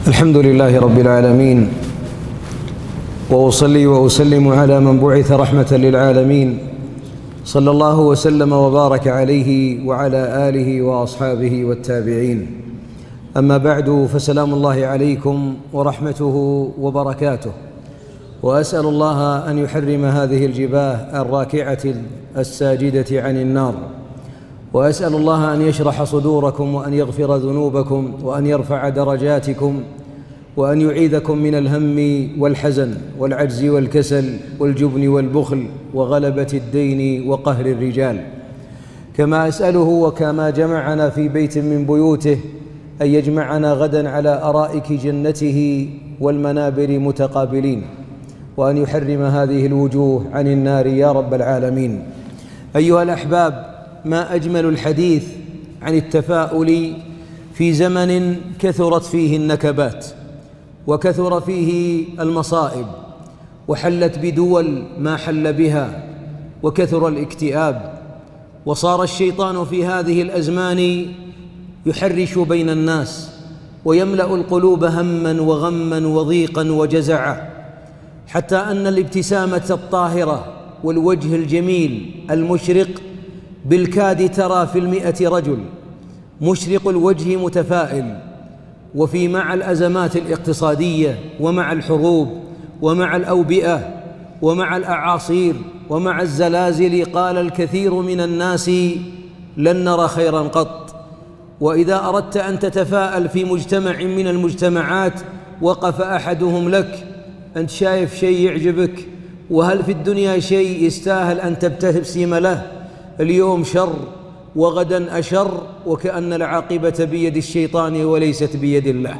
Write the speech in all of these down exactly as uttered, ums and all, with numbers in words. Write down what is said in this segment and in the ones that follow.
الحمد لله رب العالمين، وأصلي وأسلم على من بعث رحمة للعالمين، صلى الله وسلم وبارك عليه وعلى آله وأصحابه والتابعين. أما بعد، فسلام الله عليكم ورحمته وبركاته، وأسأل الله أن يحرم هذه الجباه الراكعة الساجدة عن النار، وأسأل الله أن يشرح صدوركم وأن يغفر ذنوبكم وأن يرفع درجاتكم وأن يعيذكم من الهم والحزن والعجز والكسل والجبن والبخل وغلبة الدين وقهر الرجال. كما أسأله وكما جمعنا في بيت من بيوته أن يجمعنا غدا على أرائك جنته والمنابر متقابلين، وأن يحرم هذه الوجوه عن النار يا رب العالمين. أيها الأحباب، ما أجمل الحديث عن التفاؤل في زمن كثرت فيه النكبات وكثر فيه المصائب، وحلت بدول ما حل بها، وكثر الاكتئاب، وصار الشيطان في هذه الأزمان يحرش بين الناس ويملأ القلوب هما وغما وضيقا وجزعا، حتى أن الابتسامة الطاهرة والوجه الجميل المشرق بالكاد ترى في المئة رجل مشرق الوجه متفائل. وفي مع الأزمات الاقتصادية ومع الحروب ومع الأوبئة ومع الأعاصير ومع الزلازل قال الكثير من الناس لن نرى خيرا قط. وإذا أردت أن تتفاءل في مجتمع من المجتمعات وقف أحدهم لك: أنت شايف شيء يعجبك؟ وهل في الدنيا شيء يستاهل أن تبتسم له؟ اليوم شر وغدا أشر، وكأن العاقبة بيد الشيطان وليست بيد الله.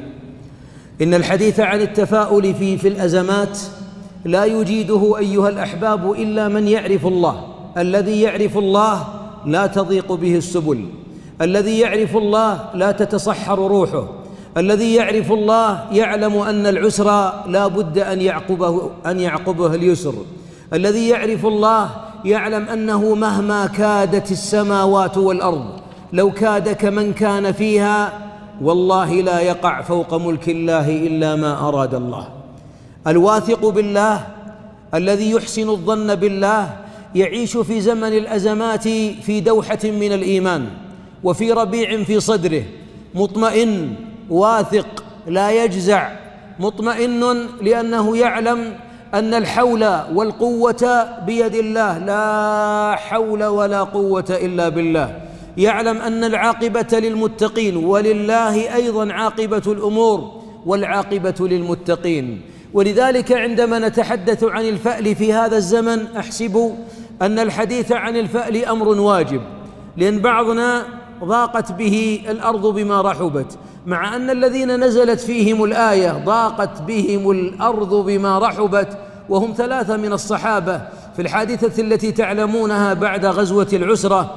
إن الحديث عن التفاؤل في في الأزمات لا يجيده أيها الأحباب إلا من يعرف الله. الذي يعرف الله لا تضيق به السبل، الذي يعرف الله لا تتصحر روحه، الذي يعرف الله يعلم أن العسر لا بد أن يعقبه أن يعقبه اليسر، الذي يعرف الله يعلم أنه مهما كادت السماوات والأرض لو كاد كمن كان فيها والله لا يقع فوق ملك الله إلا ما أراد الله. الواثق بالله الذي يحسن الظن بالله يعيش في زمن الأزمات في دوحة من الإيمان وفي ربيع في صدره، مطمئن واثق لا يجزع، مطمئن لأنه يعلم أن الحول والقوة بيد الله، لا حول ولا قوة إلا بالله. يعلم أن العاقبة للمتقين، ولله أيضا عاقبة الأمور، والعاقبة للمتقين. ولذلك عندما نتحدث عن الفأل في هذا الزمن أحسب أن الحديث عن الفأل أمر واجب، لأن بعضنا ضاقت به الأرض بما رحبت، مع أن الذين نزلت فيهم الآية ضاقت بهم الأرض بما رحبت، وهم ثلاثة من الصحابة في الحادثة التي تعلمونها بعد غزوة العسرة.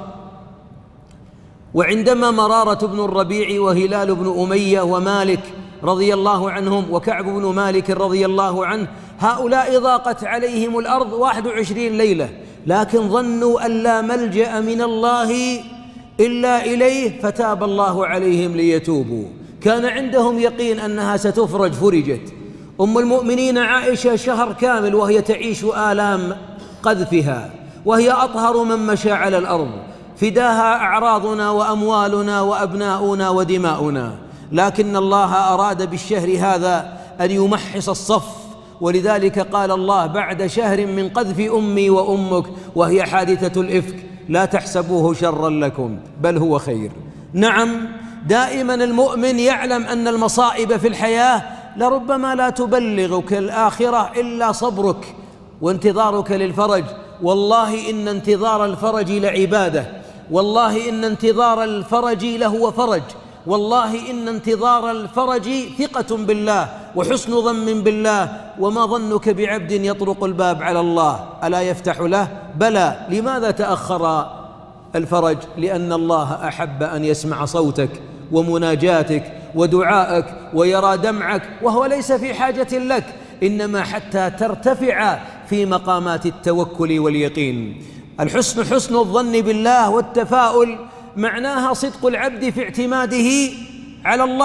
وعندما مرارة بن الربيع وهلال بن أمية ومالك رضي الله عنهم وكعب بن مالك رضي الله عنه، هؤلاء ضاقت عليهم الأرض واحد وعشرين ليلة، لكن ظنوا أن لا ملجأ من الله إلا إليه فتاب الله عليهم ليتوبوا. كان عندهم يقين أنها ستفرج، فرجت. أم المؤمنين عائشة شهر كامل وهي تعيش آلام قذفها، وهي أطهر من مشى على الأرض، فداها أعراضنا وأموالنا وأبناؤنا ودماؤنا، لكن الله أراد بالشهر هذا أن يمحص الصف. ولذلك قال الله بعد شهر من قذف أمي وأمك وهي حادثة الإفك: لا تحسبوه شرا لكم بل هو خير. نعم، دائما المؤمن يعلم أن المصائب في الحياة لربما لا تبلغك الآخرة إلا صبرك وانتظارك للفرج. والله إن انتظار الفرج لعبادة، والله إن انتظار الفرج لهو فرج، والله إن انتظار الفرج ثقة بالله وحسن ظن بالله. وما ظنك بعبد يطرق الباب على الله ألا يفتح له؟ بلى. لماذا تأخر الفرج؟ لأن الله أحب أن يسمع صوتك ومناجاتك ودعائك ويرى دمعك، وهو ليس في حاجة لك، إنما حتى ترتفع في مقامات التوكل واليقين. الحسن حسن الظن بالله، والتفاؤل معناها صدق العبد في اعتماده على الله.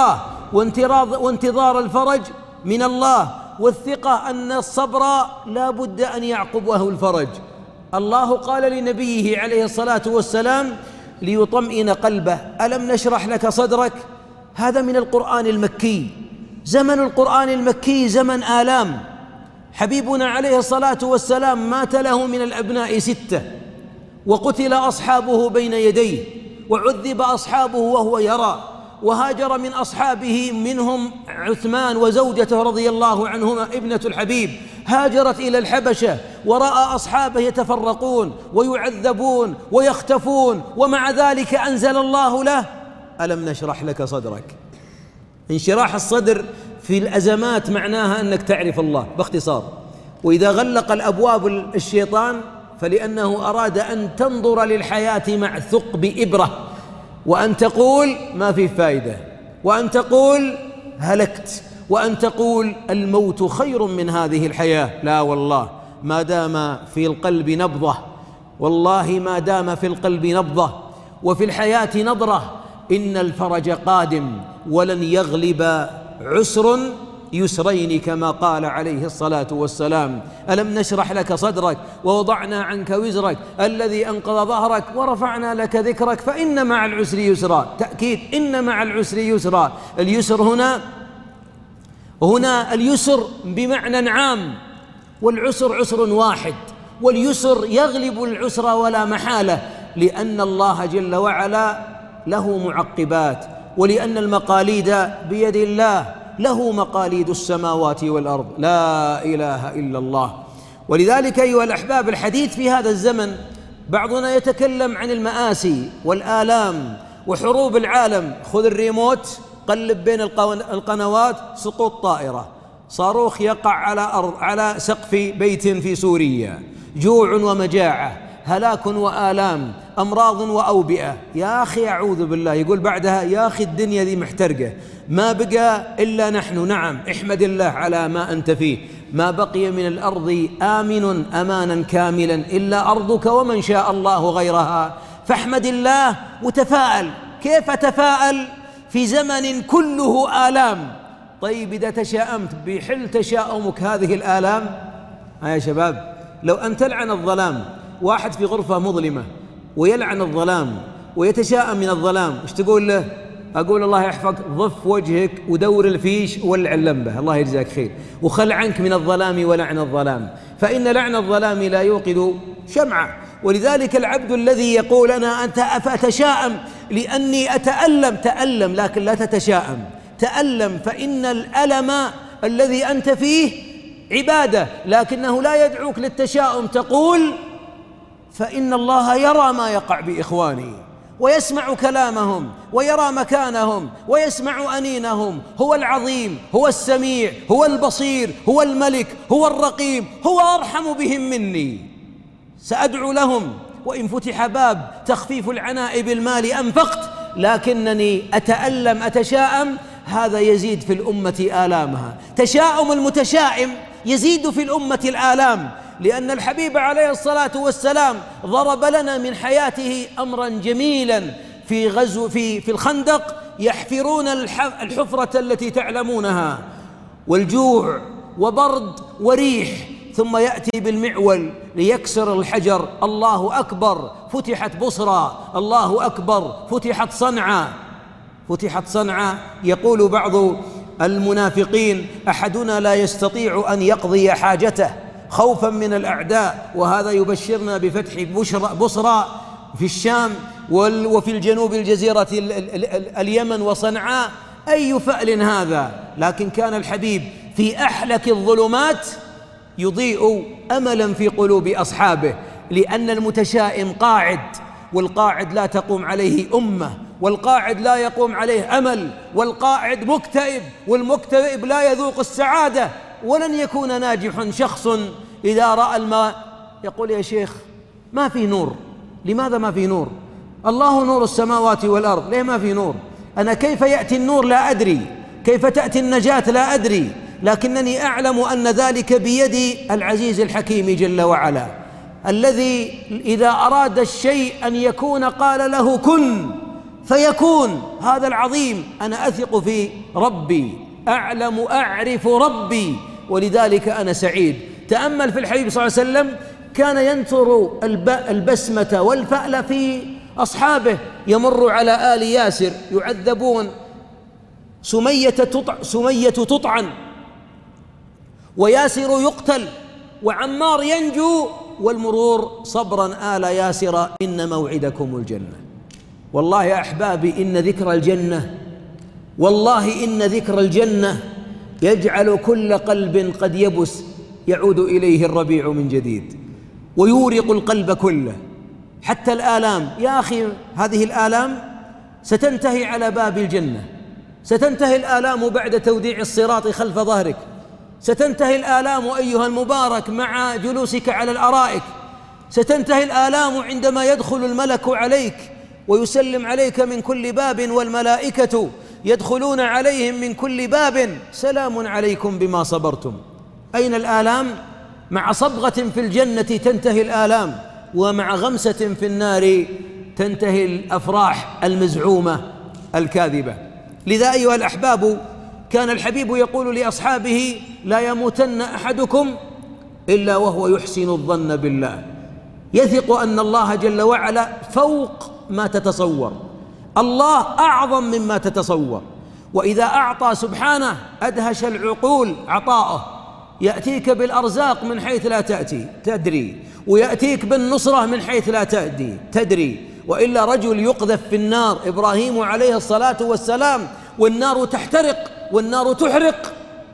وانتظار الفرج من الله، والثقة أن الصبر لا بد أن يعقبه الفرج. الله قال لنبيه عليه الصلاة والسلام ليطمئن قلبه: ألم نشرح لك صدرك؟ هذا من القرآن المكي. زمن القرآن المكي زمن آلام. حبيبنا عليه الصلاة والسلام مات له من الأبناء ستة، وقتل أصحابه بين يديه، وعذب أصحابه وهو يرى، وهاجر من أصحابه منهم عثمان وزوجته رضي الله عنهما ابنة الحبيب، هاجرت إلى الحبشة، ورأى أصحابه يتفرقون ويعذبون ويختفون، ومع ذلك أنزل الله له: ألم نشرح لك صدرك. انشراح الصدر في الأزمات معناها أنك تعرف الله باختصار. وإذا غلق الأبواب الشيطان فلأنه أراد أن تنظر للحياة مع ثقب إبرة، وأن تقول ما في فائدة، وأن تقول هلكت، وأن تقول الموت خير من هذه الحياة. لا والله، ما دام في القلب نبضة، والله ما دام في القلب نبضة وفي الحياة نظرة، إن الفرج قادم، ولن يغلب عسر يسرين كما قال عليه الصلاة والسلام: ألم نشرح لك صدرك ووضعنا عنك وزرك الذي أنقض ظهرك ورفعنا لك ذكرك فإن مع العسر يسرا. تأكيد: إن مع العسر يسرا. اليسر هنا هنا اليسر بمعنى عام، والعسر عسر واحد، واليسر يغلب العسر ولا محالة، لأن الله جل وعلا له معقبات، ولأن المقاليد بيد الله، له مقاليد السماوات والأرض، لا إله إلا الله. ولذلك أيها الأحباب، الحديث في هذا الزمن بعضنا يتكلم عن المآسي والآلام وحروب العالم. خذ الريموت، قلب بين القنوات، سقوط طائرة، صاروخ يقع على أرض على سقف بيت في سوريا، جوع ومجاعة، هلاك وآلام، أمراض وأوبئة. يا أخي أعوذ بالله، يقول بعدها: يا أخي الدنيا ذي محترقة، ما بقى إلا نحن. نعم، احمد الله على ما أنت فيه. ما بقي من الأرض آمن أمانا كاملا إلا أرضك ومن شاء الله غيرها، فاحمد الله وتفاءل. كيف تفاءل في زمن كله آلام؟ طيب إذا تشاءمت بحل تشاؤمك هذه الآلام. ها يا شباب، لو أن تلعن الظلام، واحد في غرفة مظلمة ويلعن الظلام ويتشاءم من الظلام، ايش تقول له؟ أقول: الله يحفظك، ضف وجهك ودور الفيش ولع اللمبة، الله يجزاك خير، وخل عنك من الظلام ولعن الظلام، فإن لعن الظلام لا يوقد شمعة. ولذلك العبد الذي يقول: أنا أنت أتشاءم لأني أتألم، تألم لكن لا تتشاءم، تألم، فإن الألم الذي أنت فيه عبادة، لكنه لا يدعوك للتشاؤم. تقول: فإن الله يرى ما يقع بإخواني، ويسمع كلامهم، ويرى مكانهم، ويسمع أنينهم. هو العظيم، هو السميع، هو البصير، هو الملك، هو الرقيب، هو أرحم بهم مني. سأدعو لهم، وإن فتح باب تخفيف العناء بالمال أنفقت، لكنني أتألم أتشاءم. هذا يزيد في الأمة آلامها. تشاؤم المتشائم يزيد في الأمة الآلام، لأن الحبيب عليه الصلاة والسلام ضرب لنا من حياته أمرا جميلا في غزو في في الخندق، يحفرون الحفرة التي تعلمونها، والجوع وبرد وريح، ثم يأتي بالمعول ليكسر الحجر. الله أكبر، فتحت بصرى، الله أكبر، فتحت صنعاء، فتحت صنعاء. يقول بعض المنافقين: أحدنا لا يستطيع أن يقضي حاجته خوفا من الأعداء، وهذا يبشرنا بفتح بصرى في الشام وفي الجنوب الجزيرة اليمن وصنعاء. أي فأل هذا؟ لكن كان الحبيب في أحلك الظلمات يضيء أملا في قلوب أصحابه، لأن المتشائم قاعد، والقاعد لا تقوم عليه أمة، والقاعد لا يقوم عليه أمل، والقاعد مكتئب، والمكتئب لا يذوق السعادة. ولن يكون ناجح شخص إذا رأى الماء يقول: يا شيخ ما في نور. لماذا ما في نور؟ الله نور السماوات والأرض، ليه ما في نور؟ أنا كيف يأتي النور لا أدري، كيف تأتي النجاة لا أدري، لكنني أعلم أن ذلك بيد العزيز الحكيم جل وعلا، الذي إذا أراد الشيء أن يكون قال له كن فيكون. هذا العظيم. أنا أثق في ربي، أعلم أعرف ربي، ولذلك أنا سعيد. تأمل في الحبيب صلى الله عليه وسلم، كان ينثر البسمة والفأل في أصحابه. يمر على آل ياسر يعذبون، سمية تطع سمية تطعن، وياسر يقتل، وعمار ينجو، والمرور صبرا آل ياسر إن موعدكم الجنة. والله يا أحبابي إن ذكر الجنة، والله إن ذكر الجنة يجعل كل قلب قد يبس يعود إليه الربيع من جديد، ويورق القلب كله. حتى الآلام يا أخي، هذه الآلام ستنتهي على باب الجنة، ستنتهي الآلام بعد توديع الصراط خلف ظهرك، ستنتهي الآلام أيها المبارك مع جلوسك على الأرائك، ستنتهي الآلام عندما يدخل الملك عليك ويسلم عليك من كل باب، والملائكة يدخلون عليهم من كل باب سلام عليكم بما صبرتم. أين الآلام؟ مع صبغة في الجنة تنتهي الآلام، ومع غمسة في النار تنتهي الأفراح المزعومة الكاذبة. لذا أيها الأحباب، كان الحبيب يقول لأصحابه: لا يموتن أحدكم إلا وهو يحسن الظن بالله، يثق أن الله جل وعلا فوق ما تتصور، الله أعظم مما تتصور. وإذا أعطى سبحانه أدهش العقول عطاءه، يأتيك بالأرزاق من حيث لا تأتي تدري، ويأتيك بالنصرة من حيث لا تأتي تدري. وإلا رجل يقذف في النار، إبراهيم عليه الصلاة والسلام، والنار تحترق والنار تحرق،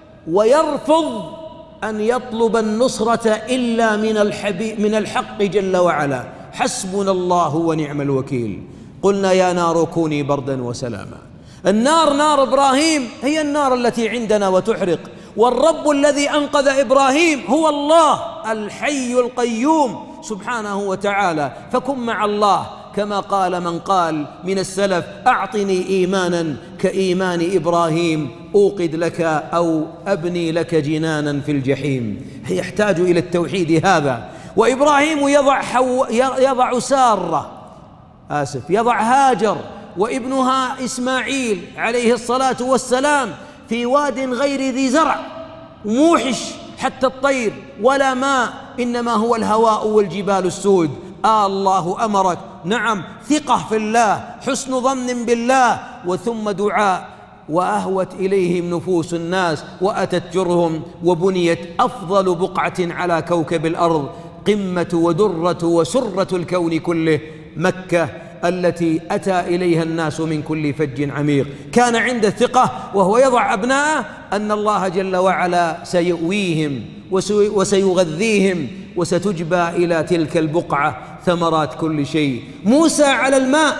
ويرفض أن يطلب النصرة إلا من الحبيب من الحق جل وعلا: حسبنا الله ونعم الوكيل. قلنا يا نار كوني بردا وسلاما. النار نار إبراهيم هي النار التي عندنا وتحرق، والرب الذي أنقذ إبراهيم هو الله الحي القيوم سبحانه وتعالى. فكن مع الله، كما قال من قال من السلف: أعطني إيمانا كإيمان إبراهيم أوقد لك أو أبني لك جنانا في الجحيم. يحتاج إلى التوحيد هذا. وإبراهيم يضع, حو يضع سارة آسف يضع هاجر وابنها إسماعيل عليه الصلاة والسلام في واد غير ذي زرع موحش حتى الطير ولا ماء، إنما هو الهواء والجبال السود. آه الله أمرك، نعم، ثقة في الله، حسن ظن بالله، وثم دعاء. وأهوت إليهم نفوس الناس وأتت جرهم، وبنيت أفضل بقعة على كوكب الأرض، قمة ودرة وسرة الكون كله، مكة التي أتى إليها الناس من كل فج عميق. كان عند الثقة وهو يضع أبناءه أن الله جل وعلا سيؤويهم وسيغذيهم، وستجبى إلى تلك البقعة ثمرات كل شيء. موسى على الماء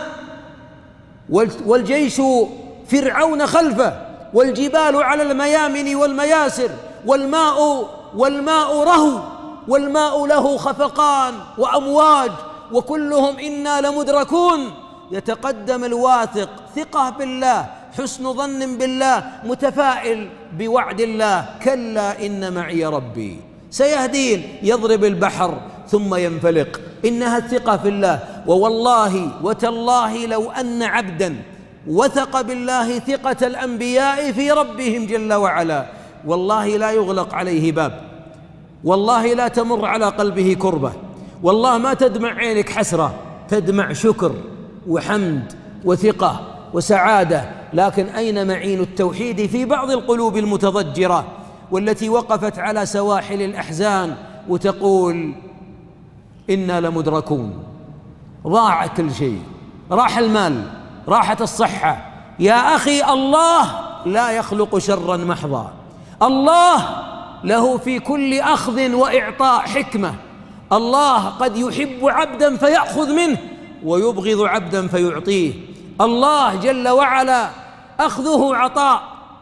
والجيش فرعون خلفه، والجبال على الميامن والمياسر، والماء والماء رهو، والماء له خفقان وأمواج، وكلهم إنا لمدركون. يتقدم الواثق، ثقة بالله، حسن ظن بالله، متفائل بوعد الله: كلا إن معي ربي سيهدين. يضرب البحر ثم ينفلق. إنها الثقة في الله. ووالله وتالله لو أن عبدا وثق بالله ثقة الأنبياء في ربهم جل وعلا، والله لا يغلق عليه باب، والله لا تمر على قلبه كربة، والله ما تدمع عينك حسرة، تدمع شكر وحمد وثقة وسعادة. لكن أين معين التوحيد في بعض القلوب المتضجرة والتي وقفت على سواحل الأحزان وتقول: إنا لمدركون، ضاع كل شيء، راح المال، راحت الصحة. يا أخي، الله لا يخلق شرا محضا، الله له في كل أخذ وإعطاء حكمة. الله قد يحب عبدا فيأخذ منه، ويبغض عبدا فيعطيه. الله جل وعلا أخذه عطاء،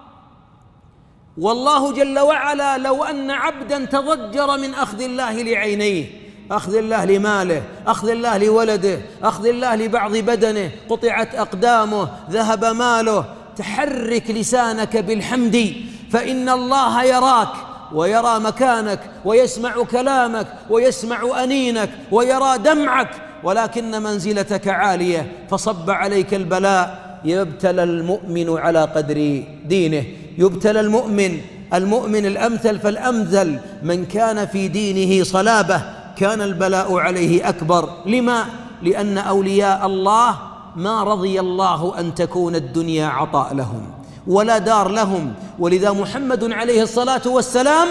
والله جل وعلا لو أن عبدا تضجر من أخذ الله لعينيه، أخذ الله لماله، أخذ الله لولده، أخذ الله لبعض بدنه، قطعت أقدامه، ذهب ماله، تحرك لسانك بالحمد، فإن الله يراك ويرى مكانك ويسمع كلامك ويسمع أنينك ويرى دمعك، ولكن منزلتك عالية فصب عليك البلاء. يبتلى المؤمن على قدر دينه، يبتلى المؤمن المؤمن الأمثل فالأمثل. من كان في دينه صلابة كان البلاء عليه أكبر. لما؟ لأن أولياء الله ما رضي الله أن تكون الدنيا عطاء لهم ولا دار لهم. ولذا محمد عليه الصلاة والسلام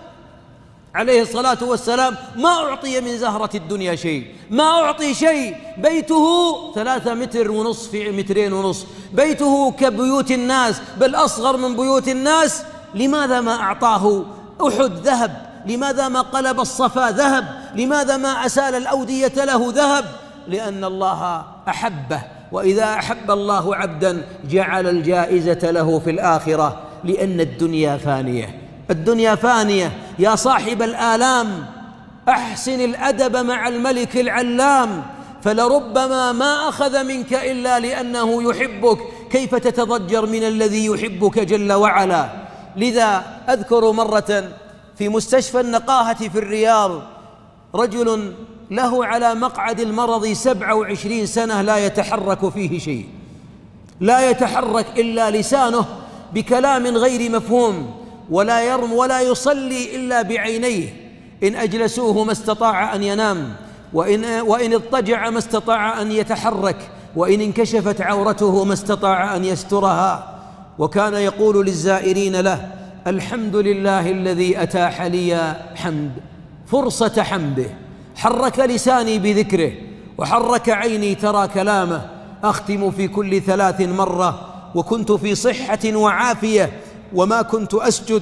عليه الصلاة والسلام ما أعطي من زهرة الدنيا شيء، ما أعطي شيء. بيته ثلاثة متر ونصف في مترين ونصف، بيته كبيوت الناس بل أصغر من بيوت الناس. لماذا ما أعطاه أحد ذهب؟ لماذا ما قلب الصفا ذهب؟ لماذا ما أسال الأودية له ذهب؟ لأن الله أحبه، وإذا أحب الله عبدا جعل الجائزة له في الآخرة. لأن الدنيا فانية، الدنيا فانية. يا صاحب الآلام أحسن الأدب مع الملك العلام، فلربما ما أخذ منك إلا لأنه يحبك، كيف تتضجر من الذي يحبك جل وعلا؟ لذا أذكر مرة في مستشفى النقاهة في الرياض رجل له على مقعد المرض سبع وعشرين سنة لا يتحرك فيه شيء، لا يتحرك إلا لسانه بكلام غير مفهوم، ولا يرم ولا يصلي إلا بعينيه. إن أجلسوه ما استطاع أن ينام، وإن, وإن اضطجع ما استطاع أن يتحرك، وإن انكشفت عورته ما استطاع أن يسترها. وكان يقول للزائرين له: الحمد لله الذي أتاح لي حمد فرصة حمده، حرك لساني بذكره وحرك عيني ترى كلامه. أختم في كل ثلاث مرة، وكنت في صحة وعافية، وما كنت أسجد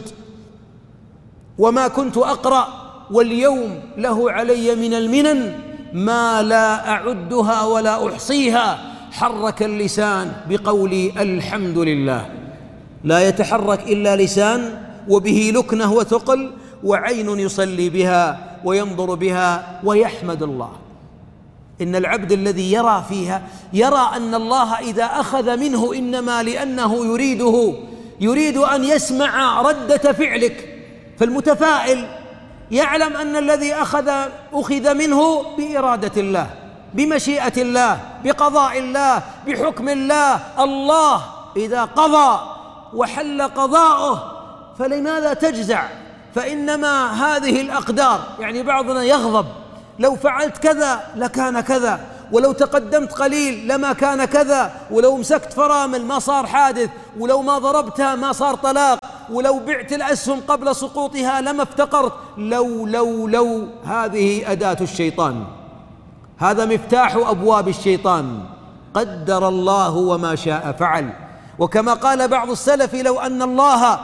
وما كنت أقرأ، واليوم له علي من المنن ما لا أعدها ولا أحصيها. حرك اللسان بقولي الحمد لله، لا يتحرك إلا لسان وبه لكنة وثقل، وعين يصلي بها وينظر بها ويحمد الله. إن العبد الذي يرى فيها يرى أن الله إذا أخذ منه إنما لأنه يريده، يريد أن يسمع ردة فعلك. فالمتفائل يعلم أن الذي أخذ أخذ منه بإرادة الله، بمشيئة الله، بقضاء الله، بحكم الله. الله إذا قضى وحل قضاؤه فلماذا تجزع؟ فإنما هذه الأقدار. يعني بعضنا يغضب: لو فعلت كذا لكان كذا، ولو تقدمت قليل لما كان كذا، ولو مسكت فرامل ما صار حادث، ولو ما ضربتها ما صار طلاق، ولو بعت الأسهم قبل سقوطها لما افتقرت. لو لو لو هذه أداة الشيطان، هذا مفتاح أبواب الشيطان. قدر الله وما شاء فعل. وكما قال بعض السلف: لو أن الله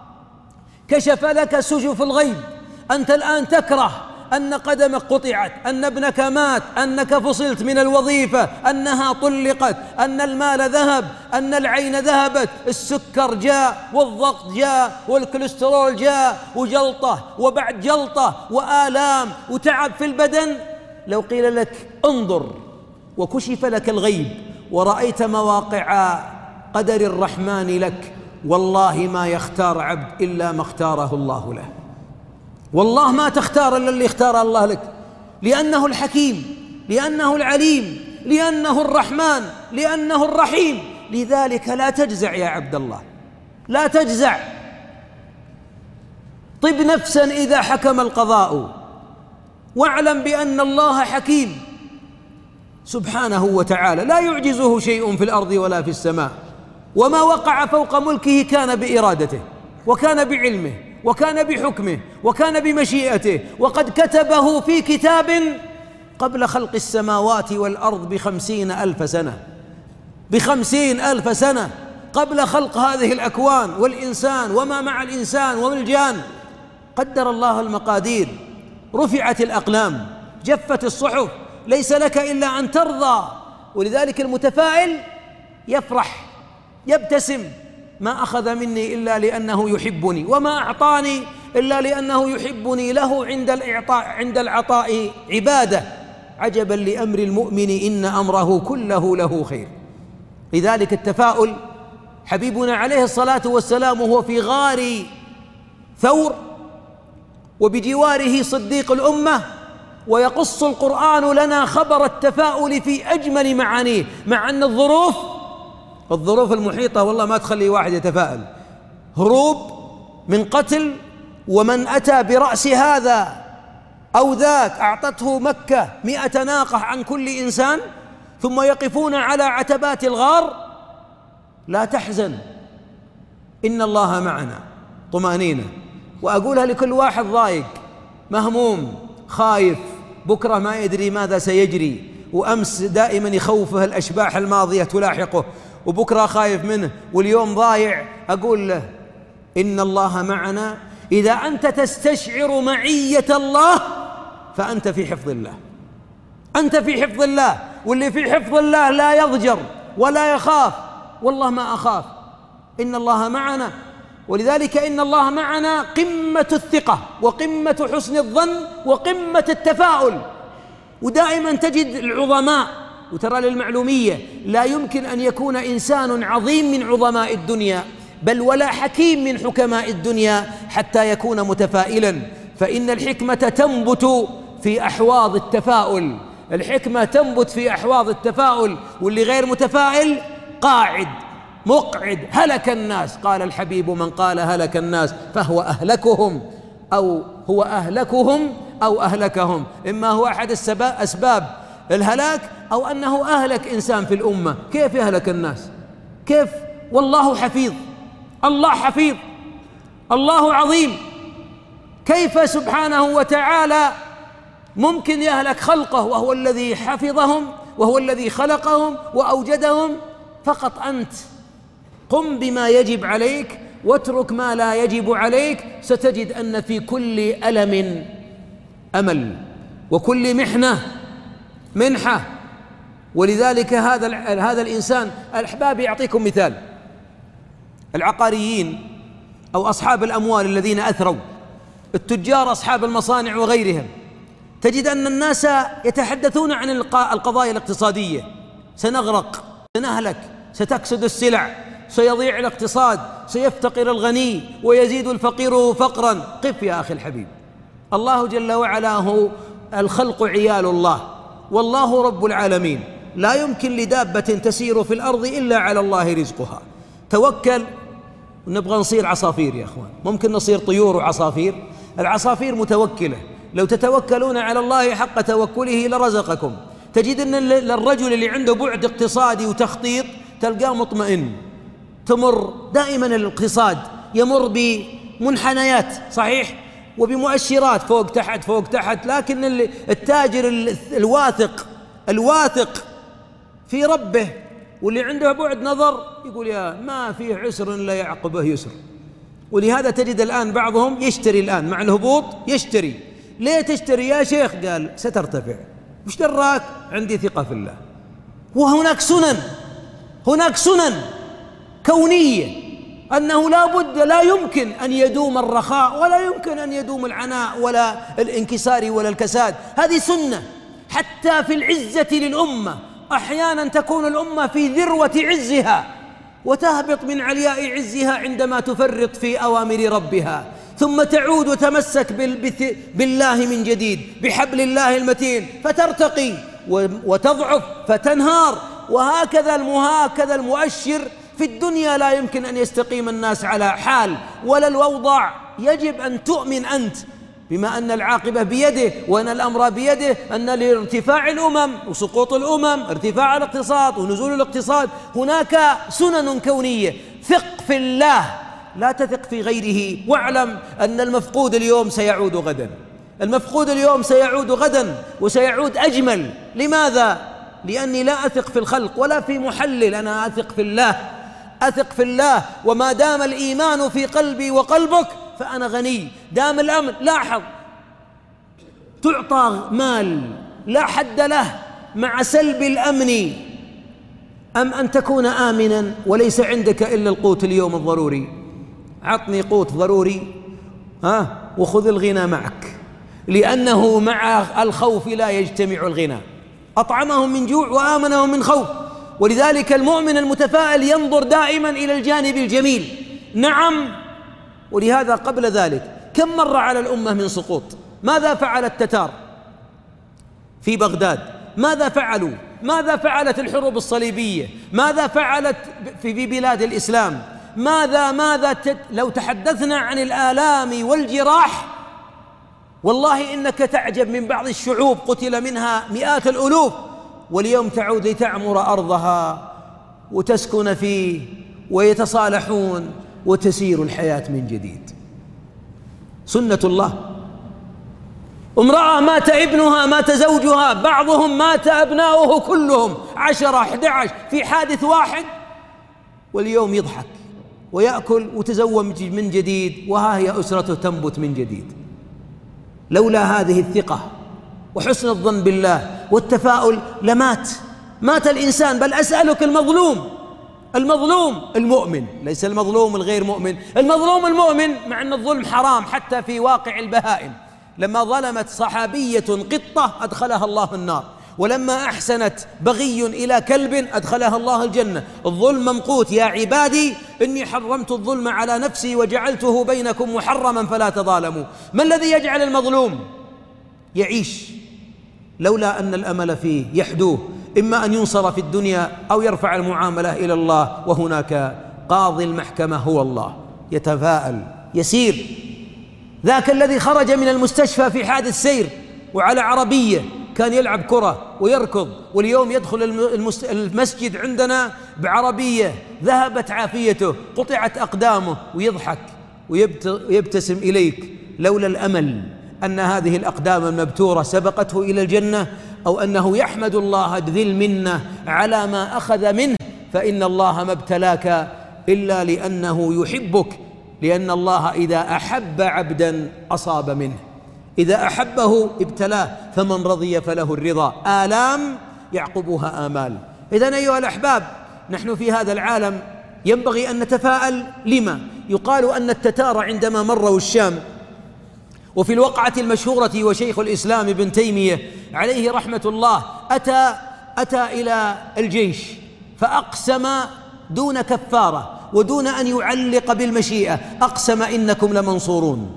كشف لك سجف الغيب، أنت الآن تكره أن قدمك قطعت، أن ابنك مات، أنك فصلت من الوظيفة، أنها طلقت، أن المال ذهب، أن العين ذهبت، السكر جاء والضغط جاء والكوليسترول جاء وجلطة وبعد جلطة وآلام وتعب في البدن. لو قيل لك انظر وكشف لك الغيب ورأيت مواقع قدر الرحمن لك، والله ما يختار عبد إلا ما اختاره الله له. والله ما تختار إلا اللي اختار الله لك، لأنه الحكيم، لأنه العليم، لأنه الرحمن، لأنه الرحيم. لذلك لا تجزع يا عبد الله، لا تجزع. طب نفسا إذا حكم القضاء، واعلم بأن الله حكيم سبحانه وتعالى، لا يعجزه شيء في الأرض ولا في السماء. وما وقع فوق ملكه كان بإرادته، وكان بعلمه، وكان بحكمه، وكان بمشيئته، وقد كتبه في كتاب قبل خلق السماوات والأرض بخمسين ألف سنة، بخمسين ألف سنة قبل خلق هذه الأكوان والإنسان وما مع الإنسان والجان. قدر الله المقادير، رفعت الأقلام، جفت الصحف، ليس لك إلا أن ترضى. ولذلك المتفائل يفرح يبتسم: ما أخذ مني إلا لأنه يحبني، وما أعطاني إلا لأنه يحبني. له عند الإعطاء عند العطاء عبادة. عجبا لأمر المؤمن إن أمره كله له خير. لذلك التفاؤل، حبيبنا عليه الصلاة والسلام وهو في غار ثور وبجواره صديق الأمة ويقص القرآن لنا خبر التفاؤل في أجمل معانيه، مع أن الظروف الظروف المحيطة والله ما تخلي واحد يتفائل. هروب من قتل، ومن أتى برأس هذا أو ذاك أعطته مكة مئة ناقة عن كل إنسان، ثم يقفون على عتبات الغار. لا تحزن إن الله معنا، طمأنينة. وأقولها لكل واحد ضايق مهموم خايف بكرة ما يدري ماذا سيجري، وأمس دائما يخوفه الأشباح الماضية تلاحقه، وبكرة خايف منه، واليوم ضايع. أقول له إن الله معنا. إذا أنت تستشعر معية الله فأنت في حفظ الله، أنت في حفظ الله. واللي في حفظ الله لا يضجر ولا يخاف. والله ما أخاف، إن الله معنا. ولذلك إن الله معنا قمة الثقة وقمة حسن الظن وقمة التفاؤل. ودائما تجد العظماء، وترى للمعلومية لا يمكن أن يكون إنسان عظيم من عظماء الدنيا بل ولا حكيم من حكماء الدنيا حتى يكون متفائلا، فإن الحكمة تنبت في أحواض التفاؤل. الحكمة تنبت في أحواض التفاؤل، واللي غير متفائل قاعد مقعد. هلك الناس، قال الحبيب من قال هلك الناس فهو أهلكهم، أو هو أهلكهم أو أهلكهم. إما هو أحد أسباب الهلاك أو أنه أهلك إنسان في الأمة. كيف يهلك الناس؟ كيف؟ والله حفيظ، الله حفيظ، الله عظيم. كيف سبحانه وتعالى ممكن يهلك خلقه وهو الذي حفظهم وهو الذي خلقهم وأوجدهم؟ فقط أنت قم بما يجب عليك واترك ما لا يجب عليك، ستجد أن في كل ألم أمل وكل محنة منحة. ولذلك هذا هذا الإنسان. الأحباب يعطيكم مثال، العقاريين أو أصحاب الأموال الذين أثروا، التجار أصحاب المصانع وغيرهم، تجد أن الناس يتحدثون عن القضايا الاقتصادية. سنغرق، سنهلك، ستكسد السلع، سيضيع الاقتصاد، سيفتقر الغني ويزيد الفقير فقرا. قف يا أخي الحبيب، الله جل وعلا هو الخلق عيال الله، والله رب العالمين. لا يمكن لدابة تسير في الأرض إلا على الله رزقها. توكل. نبغى نصير عصافير يا أخوان، ممكن نصير طيور وعصافير. العصافير متوكلة، لو تتوكلون على الله حق توكله لرزقكم. تجد أن الرجل اللي عنده بعد اقتصادي وتخطيط تلقاه مطمئن. تمر دائما الاقتصاد يمر بمنحنيات صحيح وبمؤشرات فوق تحت فوق تحت، لكن التاجر الواثق الواثق في ربه واللي عنده بعد نظر يقول يا ما فيه عسر لا يعقبه يسر. ولهذا تجد الآن بعضهم يشتري الآن مع الهبوط، يشتري. ليه تشتري يا شيخ؟ قال سترتفع. وش دراك؟ عندي ثقة في الله. وهناك سنن، هناك سنن كونية أنه لا بد، لا يمكن أن يدوم الرخاء ولا يمكن أن يدوم العناء ولا الانكسار ولا الكساد. هذه سنة. حتى في العزة للأمة أحيانا تكون الأمة في ذروة عزها وتهبط من علياء عزها عندما تفرط في أوامر ربها، ثم تعود وتمسك بالله من جديد بحبل الله المتين فترتقي، وتضعف فتنهار. وهكذا المهاكذا المؤشر في الدنيا لا يمكن أن يستقيم الناس على حال ولا الأوضاع. يجب أن تؤمن أنت بما أن العاقبة بيده وأن الأمر بيده، أن لارتفاع الأمم وسقوط الأمم ارتفاع الاقتصاد ونزول الاقتصاد هناك سنن كونية. ثق في الله، لا تثق في غيره، واعلم أن المفقود اليوم سيعود غدا، المفقود اليوم سيعود غدا وسيعود أجمل. لماذا؟ لأني لا أثق في الخلق ولا في محلل، أنا أثق في الله، أثق في الله. وما دام الإيمان في قلبي وقلبك فأنا غني. دام الأمن، لاحظ تعطى مال لا حد له مع سلب الأمن، أم أن تكون آمنا وليس عندك إلا القوت اليوم الضروري. عطني قوت ضروري ها وخذ الغنى معك، لأنه مع الخوف لا يجتمع الغنى. أطعمهم من جوع وآمنهم من خوف. ولذلك المؤمن المتفائل ينظر دائما إلى الجانب الجميل. نعم. ولهذا قبل ذلك كم مر على الأمة من سقوط؟ ماذا فعل التتار؟ في بغداد، ماذا فعلوا؟ ماذا فعلت الحروب الصليبية؟ ماذا فعلت في بلاد الإسلام؟ ماذا ماذا تت... لو تحدثنا عن الآلام والجراح والله إنك تعجب من بعض الشعوب قتل منها مئات الألوف، واليوم تعود لتعمر أرضها وتسكن فيه ويتصالحون وتسير الحياة من جديد. سنة الله. امرأة مات ابنها، مات زوجها، بعضهم مات أبناؤه كلهم، عشرة أحد عشر في حادث واحد، واليوم يضحك ويأكل وتزوج من جديد، وها هي أسرته تنبت من جديد. لولا هذه الثقة وحسن الظن بالله والتفاؤل لمات مات الإنسان. بل أسألك المظلوم المظلوم المؤمن، ليس المظلوم الغير مؤمن، المظلوم المؤمن، مع أن الظلم حرام حتى في واقع البهائم. لما ظلمت صحابية قطة أدخلها الله النار، ولما أحسنت بغي إلى كلب أدخلها الله الجنة. الظلم ممقوت. يا عبادي إني حرمت الظلم على نفسي وجعلته بينكم محرما فلا تظالموا. ما الذي يجعل المظلوم يعيش؟ لولا أن الأمل فيه يحدوه، إما أن ينصر في الدنيا أو يرفع المعاملة إلى الله، وهناك قاضي المحكمة هو الله. يتفاءل يسير. ذاك الذي خرج من المستشفى في حادث سير وعلى عربية، كان يلعب كرة ويركض، واليوم يدخل المسجد عندنا بعربية ذهبت عافيته، قطعت أقدامه، ويضحك ويبتسم إليك. لولا الأمل أن هذه الأقدام المبتورة سبقته إلى الجنة، أو أنه يحمد الله ذي المنة على ما أخذ منه، فإن الله ما ابتلاك إلا لأنه يحبك، لأن الله إذا أحب عبدا أصاب منه، إذا أحبه ابتلاه، فمن رضي فله الرضا. آلام يعقبها آمال. إذن أيها الأحباب، نحن في هذا العالم ينبغي أن نتفاءل. لما؟ يقال أن التتار عندما مروا الشام، وفي الوقعة المشهورة وشيخ الإسلام ابن تيمية عليه رحمة الله أتى أتى إلى الجيش فأقسم دون كفارة ودون أن يعلق بالمشيئة، أقسم إنكم لمنصورون.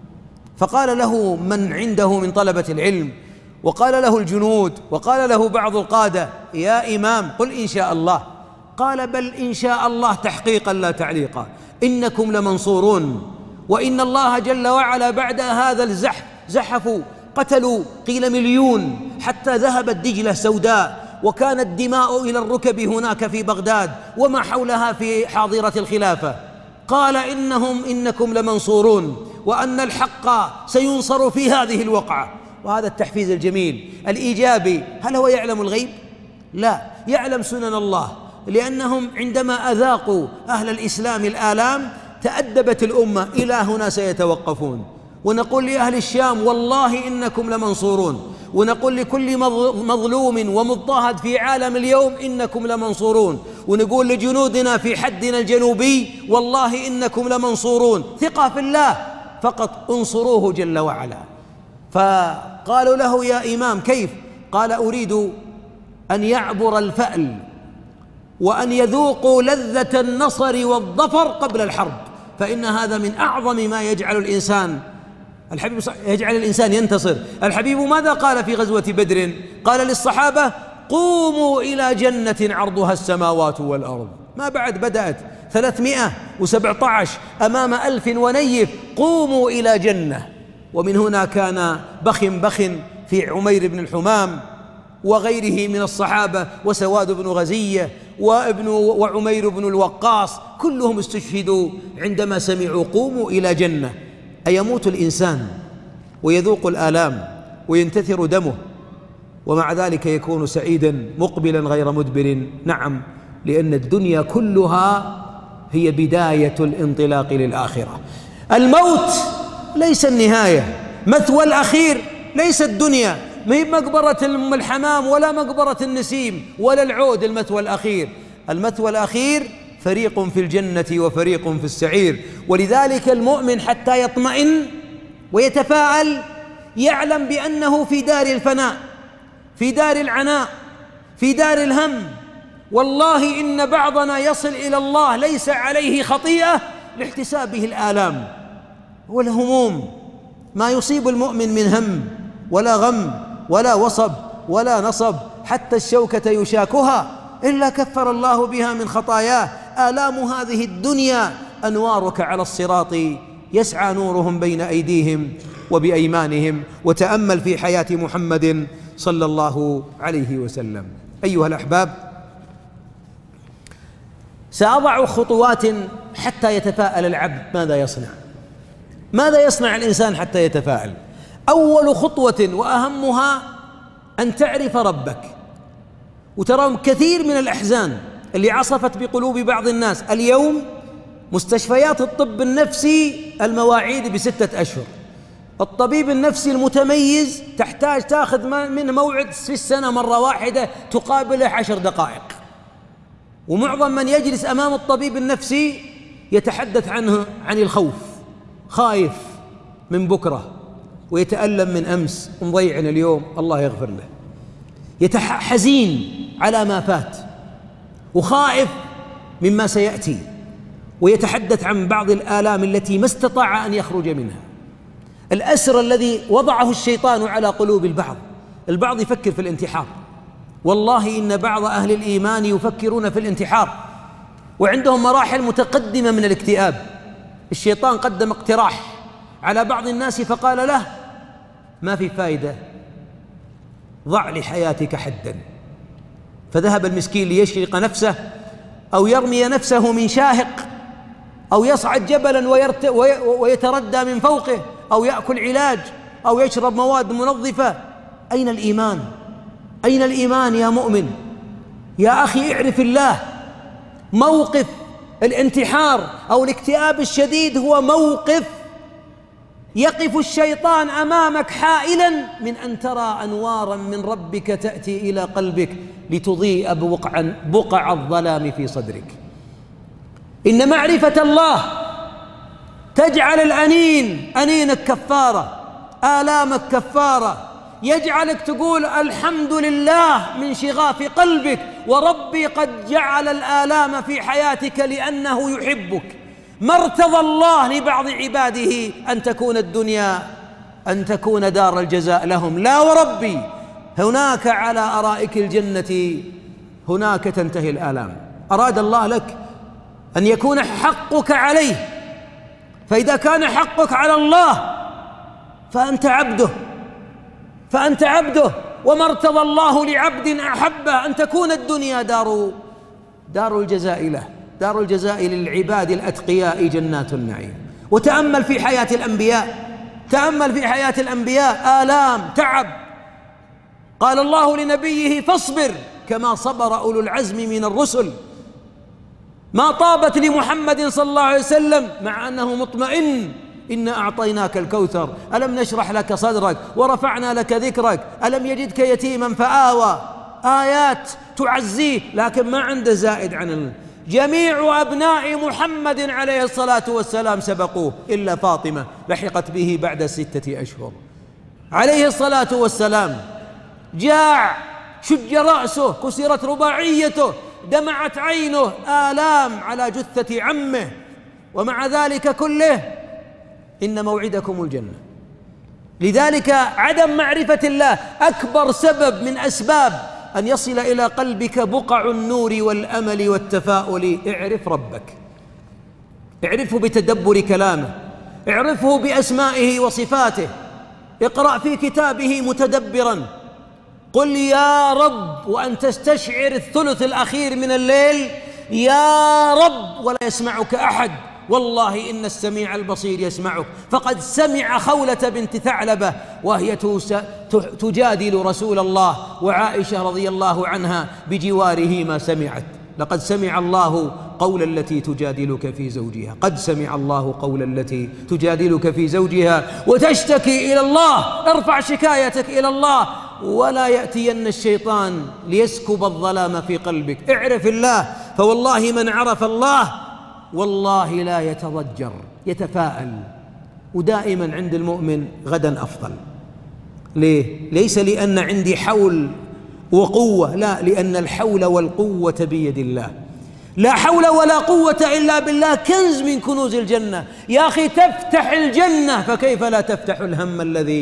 فقال له من عنده من طلبة العلم، وقال له الجنود، وقال له بعض القادة: يا إمام قل إن شاء الله. قال: بل إن شاء الله تحقيقا لا تعليقا، إنكم لمنصورون. وإن الله جل وعلا بعد هذا الزحف زحفوا، قتلوا قيل مليون، حتى ذهبت دجلة سوداء، وكانت الدماء إلى الركب هناك في بغداد وما حولها في حاضرة الخلافة. قال: إنهم إنكم لمنصورون، وأن الحق سينصر في هذه الوقعة. وهذا التحفيز الجميل الإيجابي. هل هو يعلم الغيب؟ لا، يعلم سنن الله، لأنهم عندما أذاقوا أهل الإسلام الآلام تأدبت الأمة. إلى هنا سيتوقفون. ونقول لأهل الشام: والله إنكم لمنصورون. ونقول لكل مظلوم ومضطهد في عالم اليوم: إنكم لمنصورون. ونقول لجنودنا في حدنا الجنوبي: والله إنكم لمنصورون. ثقة في الله فقط، انصروه جل وعلا. فقالوا له: يا إمام كيف؟ قال: أريد أن يعبر الفأل وأن يذوقوا لذة النصر والظفر قبل الحرب، فإن هذا من أعظم ما يجعل الإنسان الحبيب يجعل الإنسان ينتصر. الحبيب ماذا قال في غزوة بدر؟ قال للصحابة: قوموا إلى جنة عرضها السماوات والأرض. ما بعد بدأت ثلاثمائة وسبعة عشر أمام ألف ونيف، قوموا إلى جنة. ومن هنا كان بخ بخ في عمير بن الحمام وغيره من الصحابة، وسواد بن غزية وابن وعمير بن الوقاص، كلهم استشهدوا عندما سمعوا قوموا إلى جنة. أيموت الإنسان ويذوق الآلام وينتثر دمه، ومع ذلك يكون سعيدا مقبلا غير مدبر؟ نعم، لأن الدنيا كلها هي بداية الانطلاق للآخرة. الموت ليس النهاية، مثوى الأخير ليس الدنيا، ما هي مقبرة أم الحمام ولا مقبرة النسيم ولا العود. المثوى الأخير المثوى الأخير فريق في الجنة وفريق في السعير. ولذلك المؤمن حتى يطمئن ويتفاءل يعلم بأنه في دار الفناء، في دار العناء، في دار الهم. والله إن بعضنا يصل إلى الله ليس عليه خطيئة لاحتسابه الآلام والهموم. ما يصيب المؤمن من هم ولا غم ولا وصب ولا نصب، حتى الشوكة يشاكها إلا كفر الله بها من خطاياه. آلام هذه الدنيا أنوارك على الصراط يسعى نورهم بين أيديهم وبأيمانهم. وتأمل في حياة محمد صلى الله عليه وسلم. أيها الأحباب، سأضع خطوات حتى يتفاءل العبد. ماذا يصنع؟ ماذا يصنع الإنسان حتى يتفاءل؟ أول خطوة وأهمها أن تعرف ربك. وترى كثير من الأحزان اللي عصفت بقلوب بعض الناس اليوم، مستشفيات الطب النفسي المواعيد بستة أشهر. الطبيب النفسي المتميز تحتاج تأخذ منه موعد في السنة مرة واحدة تقابله عشر دقائق. ومعظم من يجلس أمام الطبيب النفسي يتحدث عنه عن الخوف، خايف من بكرة، ويتألم من أمس ومضيع اليوم، الله يغفر له. يتحزين على ما فات وخائف مما سيأتي، ويتحدث عن بعض الآلام التي ما استطاع أن يخرج منها. الأسر الذي وضعه الشيطان على قلوب البعض. البعض يفكر في الانتحار، والله إن بعض أهل الإيمان يفكرون في الانتحار وعندهم مراحل متقدمة من الاكتئاب. الشيطان قدم اقتراح على بعض الناس فقال له: ما في فائدة، ضع لحياتك حدا. فذهب المسكين ليشرق نفسه أو يرمي نفسه من شاهق أو يصعد جبلا ويتردى من فوقه أو يأكل علاج أو يشرب مواد منظفة. أين الإيمان؟ أين الإيمان يا مؤمن؟ يا أخي اعرف الله. موقف الانتحار أو الاكتئاب الشديد هو موقف يقف الشيطان أمامك حائلا من أن ترى أنوارا من ربك تأتي إلى قلبك لتضيء بقع, بقع الظلام في صدرك. إن معرفة الله تجعل الأنين أنينك كفارة، آلامك كفارة، يجعلك تقول الحمد لله من شغاف قلبك، وربي قد جعل الآلام في حياتك لأنه يحبك. ما ارتضى الله لبعض عباده أن تكون الدنيا أن تكون دار الجزاء لهم، لا وربي، هناك على أرائك الجنة هناك تنتهي الآلام. أراد الله لك أن يكون حقك عليه، فإذا كان حقك على الله فأنت عبده فأنت عبده وما ارتضى الله لعبد أحبه أن تكون الدنيا دار دار الجزاء له، دار الجزاء للعباد الأتقياء جنات النعيم. وتأمل في حياة الأنبياء، تأمل في حياة الأنبياء، آلام، تعب. قال الله لنبيه: فاصبر كما صبر أولو العزم من الرسل. ما طابت لمحمد صلى الله عليه وسلم مع أنه مطمئن: إنا أعطيناك الكوثر، ألم نشرح لك صدرك ورفعنا لك ذكرك، ألم يجدك يتيما فآوى، آيات تعزيه، لكن ما عنده زائد عن ال... جميع أبناء محمد عليه الصلاة والسلام سبقوه إلا فاطمة لحقت به بعد ستة أشهر. عليه الصلاة والسلام جاع، شج رأسه، كسرت رباعيته، دمعت عينه، آلام على جثة عمه، ومع ذلك كله إن موعدكم الجنة. لذلك عدم معرفة الله أكبر سبب من أسباب أن يصل إلى قلبك بقع النور والأمل والتفاؤل. اعرف ربك، اعرفه بتدبر كلامه، اعرفه بأسمائه وصفاته، اقرأ في كتابه متدبرا. قل يا رب وأن تستشعر الثلث الأخير من الليل يا رب ولا يسمعك أحد، والله إن السميع البصير يسمعك. فقد سمع خولة بنت ثعلبة وهي تجادل رسول الله، وعائشة رضي الله عنها بجواره ما سمعت. لقد سمع الله قول التي تجادلك في زوجها، قد سمع الله قول التي تجادلك في زوجها وتشتكي إلى الله. ارفع شكايتك إلى الله ولا يأتين الشيطان ليسكب الظلام في قلبك. اعرف الله، فوالله من عرف الله والله لا يتضجر، يتفاءل. ودائما عند المؤمن غدا أفضل. ليه؟ ليس لأن عندي حول وقوة، لا، لأن الحول والقوة بيد الله. لا حول ولا قوة إلا بالله كنز من كنوز الجنة. يا أخي تفتح الجنة، فكيف لا تفتح الهم الذي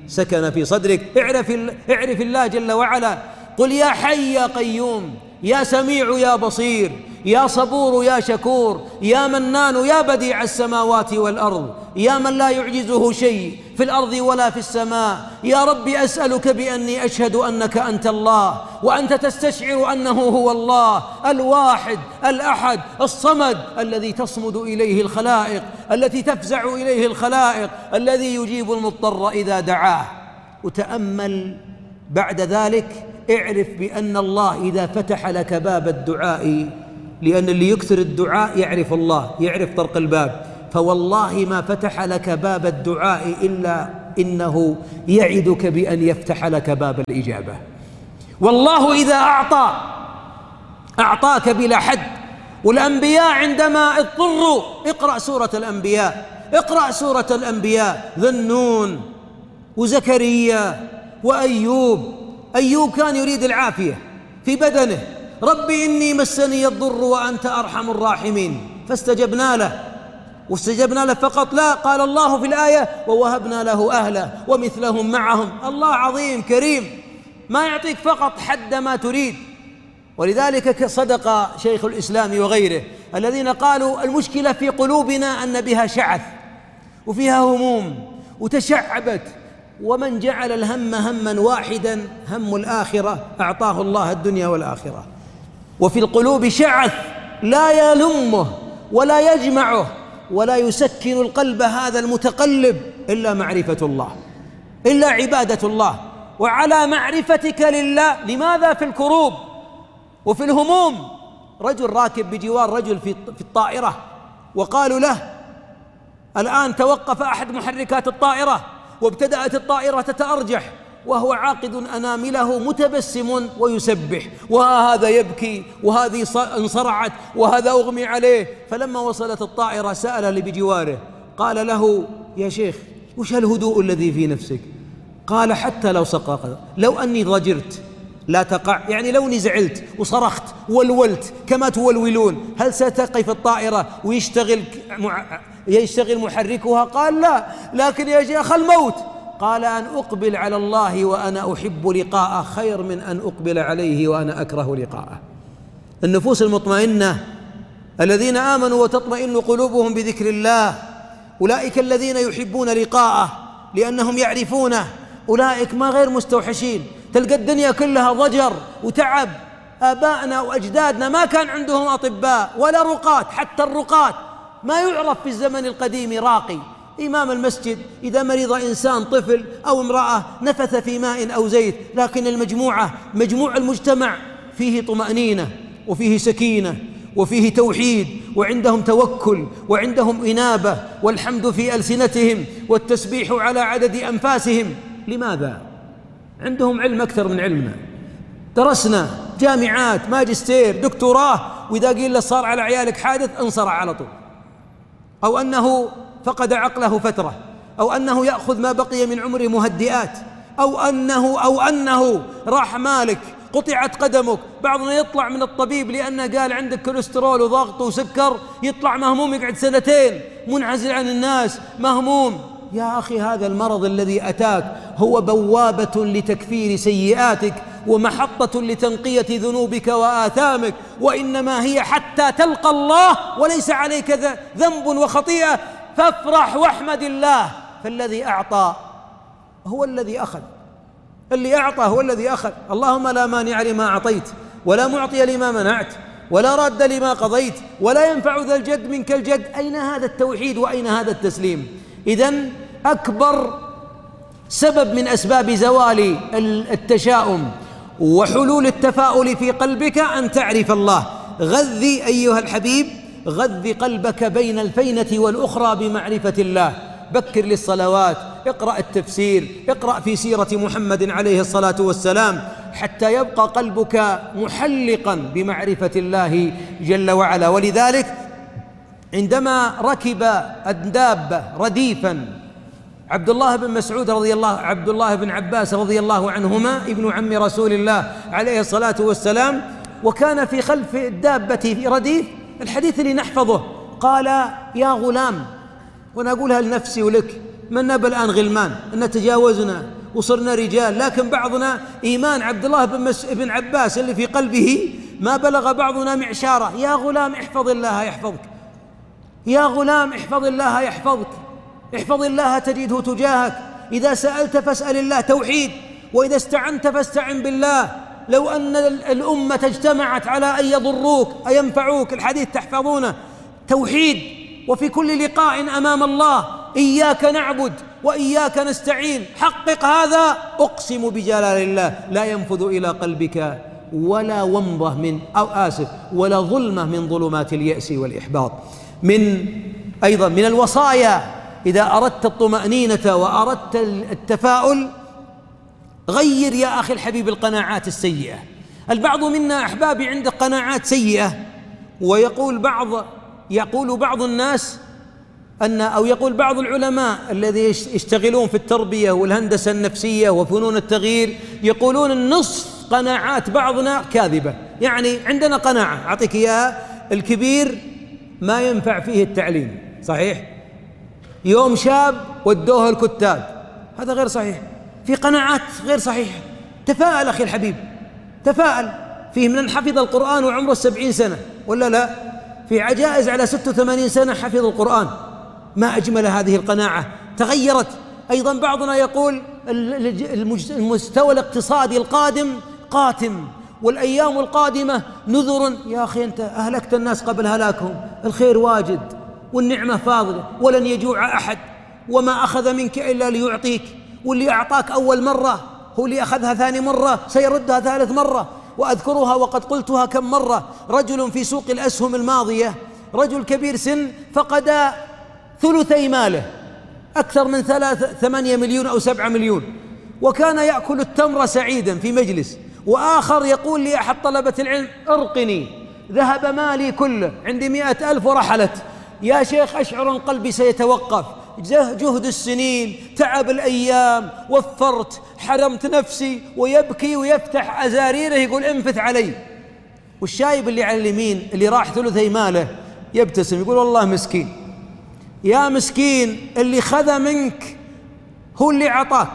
سكن في صدرك. اعرف, اعرف الله جل وعلا. قل يا حي يا قيوم، يا سميع يا بصير، يا صبور يا شكور، يا منان يا بديع السماوات والأرض، يا من لا يعجزه شيء في الأرض ولا في السماء. يا رب أسألك بأني أشهد أنك أنت الله، وأنت تستشعر أنه هو الله الواحد الأحد الصمد، الذي تصمد إليه الخلائق، التي تفزع إليه الخلائق، الذي يجيب المضطر إذا دعاه. وتأمل بعد ذلك، اعرف بأن الله إذا فتح لك باب الدعاء، لأن اللي يكثر الدعاء يعرف الله، يعرف طرق الباب، فوالله ما فتح لك باب الدعاء إلا إنه يعدك بأن يفتح لك باب الإجابة. والله إذا أعطى أعطاك بلا حد. والأنبياء عندما اضطروا، اقرأ سورة الأنبياء، اقرأ سورة الأنبياء، ذا النون وزكريا وأيوب. أيوب كان يريد العافية في بدنه، ربي إني مسني الضر وأنت أرحم الراحمين، فاستجبنا له. واستجبنا له فقط؟ لا، قال الله في الآية ووهبنا له أهله ومثلهم معهم. الله عظيم كريم، ما يعطيك فقط حد ما تريد. ولذلك صدق شيخ الإسلام وغيره الذين قالوا المشكلة في قلوبنا أن بها شعث وفيها هموم وتشعبت، ومن جعل الهم هما واحدا هم الآخرة أعطاه الله الدنيا والآخرة. وفي القلوب شعث لا يلمه ولا يجمعه ولا يسكن القلب هذا المتقلب إلا معرفة الله، إلا عبادة الله. وعلى معرفتك لله، لماذا في الكروب وفي الهموم؟ رجل راكب بجوار رجل في الطائرة، وقالوا له الآن توقف أحد محركات الطائرة وابتدأت الطائرة تتأرجح، وهو عاقد أنامله متبسم ويسبح، وهذا يبكي وهذه انصرعت وهذا أغمي عليه. فلما وصلت الطائرة سأل اللي بجواره، قال له يا شيخ وش الهدوء الذي في نفسك؟ قال حتى لو سقط، لو أني ضجرت لا تقع، يعني لو اني زعلت وصرخت ولولت كما تولولون، هل ستقف الطائرة ويشتغل يشتغل محركها؟ قال لا، لكن يا شيخ الموت. قال أن أقبل على الله وأنا أحب لقاءه خير من أن أقبل عليه وأنا أكره لقاءه. النفوس المطمئنة الذين آمنوا وتطمئن قلوبهم بذكر الله، أولئك الذين يحبون لقاءه لأنهم يعرفونه، أولئك ما غير مستوحشين. تلقى الدنيا كلها ضجر وتعب. آبائنا وأجدادنا ما كان عندهم أطباء ولا رقاة، حتى الرقاة ما يعرف في الزمن القديم راقي. إمام المسجد إذا مرض إنسان طفل أو امرأة نفث في ماء أو زيت، لكن المجموعة مجموع المجتمع فيه طمأنينة وفيه سكينة وفيه توحيد، وعندهم توكل وعندهم إنابة، والحمد في ألسنتهم والتسبيح على عدد أنفاسهم. لماذا؟ عندهم علم أكثر من علمنا، درسنا جامعات ماجستير دكتوراه، وإذا قيل له صار على عيالك حادث انصرع على طول، أو أنه فقد عقله فترة، أو أنه يأخذ ما بقي من عمره مهدئات، أو أنه أو أنه راح مالك قطعت قدمك. بعضنا يطلع من الطبيب لأنه قال عندك كوليسترول وضغط وسكر، يطلع مهموم يقعد سنتين منعزل عن الناس مهموم. يا أخي هذا المرض الذي أتاك هو بوابة لتكفير سيئاتك ومحطة لتنقية ذنوبك وآثامك، وإنما هي حتى تلقى الله وليس عليك ذنب وخطيئة. فافرح واحمد الله، فالذي أعطى هو الذي أخذ، اللي أعطى هو الذي أخذ. اللهم لا مانع لما أعطيت ولا معطي لما منعت ولا راد لما قضيت ولا ينفع ذا الجد منك الجد. أين هذا التوحيد وأين هذا التسليم؟ إذن أكبر سبب من أسباب زوال التشاؤم وحلول التفاؤل في قلبك أن تعرف الله. غذي أيها الحبيب، غذي قلبك بين الفينة والأخرى بمعرفة الله. بكر للصلوات، اقرأ التفسير، اقرأ في سيرة محمد عليه الصلاة والسلام، حتى يبقى قلبك محلقا بمعرفة الله جل وعلا. ولذلك عندما ركب الدابة رديفا عبد الله بن مسعود رضي الله عبد الله بن عباس رضي الله عنهما ابن عم رسول الله عليه الصلاة والسلام، وكان في خلف الدابة في رديف، الحديث اللي نحفظه، قال يا غلام، وأنا أقولها لنفسي ولك، منا بالآن غلمان، أن تجاوزنا وصرنا رجال، لكن بعضنا إيمان عبد الله بن, مس... بن عباس اللي في قلبه ما بلغ بعضنا معشاره. يا غلام احفظ الله يحفظك، يا غلام احفظ الله يحفظك، احفظ الله تجده تجاهك، إذا سألت فاسأل الله، توحيد. وإذا استعنت فاستعن بالله. لو أن الأمة اجتمعت على أن يضروك أن ينفعوك، الحديث تحفظونه، توحيد. وفي كل لقاء أمام الله إياك نعبد وإياك نستعين، حقق هذا، أقسم بجلال الله لا ينفذ إلى قلبك ولا ومضة من أو آسف ولا ظلمة من ظلمات اليأس والإحباط. من أيضا من الوصايا إذا أردت الطمأنينة وأردت التفاؤل، غير يا أخي الحبيب القناعات السيئة. البعض منا أحبابي عنده قناعات سيئة، ويقول بعض يقول بعض الناس أن أو يقول بعض العلماء الذي يشتغلون في التربية والهندسة النفسية وفنون التغيير، يقولون النصف قناعات بعضنا كاذبة. يعني عندنا قناعة أعطيك إياها، الكبير ما ينفع فيه التعليم، صحيح؟ يوم شاب ودوه الكتاب، هذا غير صحيح. في قناعات غير صحيحة. تفاءل أخي الحبيب، تفاءل. فيه من حفظ القرآن وعمره السبعين سنة ولا لا؟ في عجائز على ستة وثمانين سنة حفظ القرآن. ما أجمل هذه القناعة، تغيرت. أيضا بعضنا يقول المستوى الاقتصادي القادم قاتم، والأيام القادمة نذر. يا أخي أنت أهلكت الناس قبل هلاكهم، الخير واجد والنعمة فاضلة ولن يجوع أحد، وما أخذ منك إلا ليعطيك، واللي أعطاك أول مرة هو اللي أخذها ثاني مرة سيردها ثالث مرة. وأذكرها وقد قلتها كم مرة. رجل في سوق الأسهم الماضية، رجل كبير سن، فقد ثلثي ماله، أكثر من ثلاث ثمانية مليون أو سبعة مليون، وكان يأكل التمر سعيدا في مجلس. وآخر يقول لي أحد طلبة العلم: ارقني، ذهب مالي كله، عندي مئة ألف ورحلت. يا شيخ أشعر أن قلبي سيتوقف، جهد السنين، تعب الأيام، وفرت، حرمت نفسي، ويبكي ويفتح أزاريره يقول انفث علي. والشايب اللي على اليمين اللي راح ثلثي ماله يبتسم يقول والله مسكين. يا مسكين، اللي خذ منك هو اللي عطاك،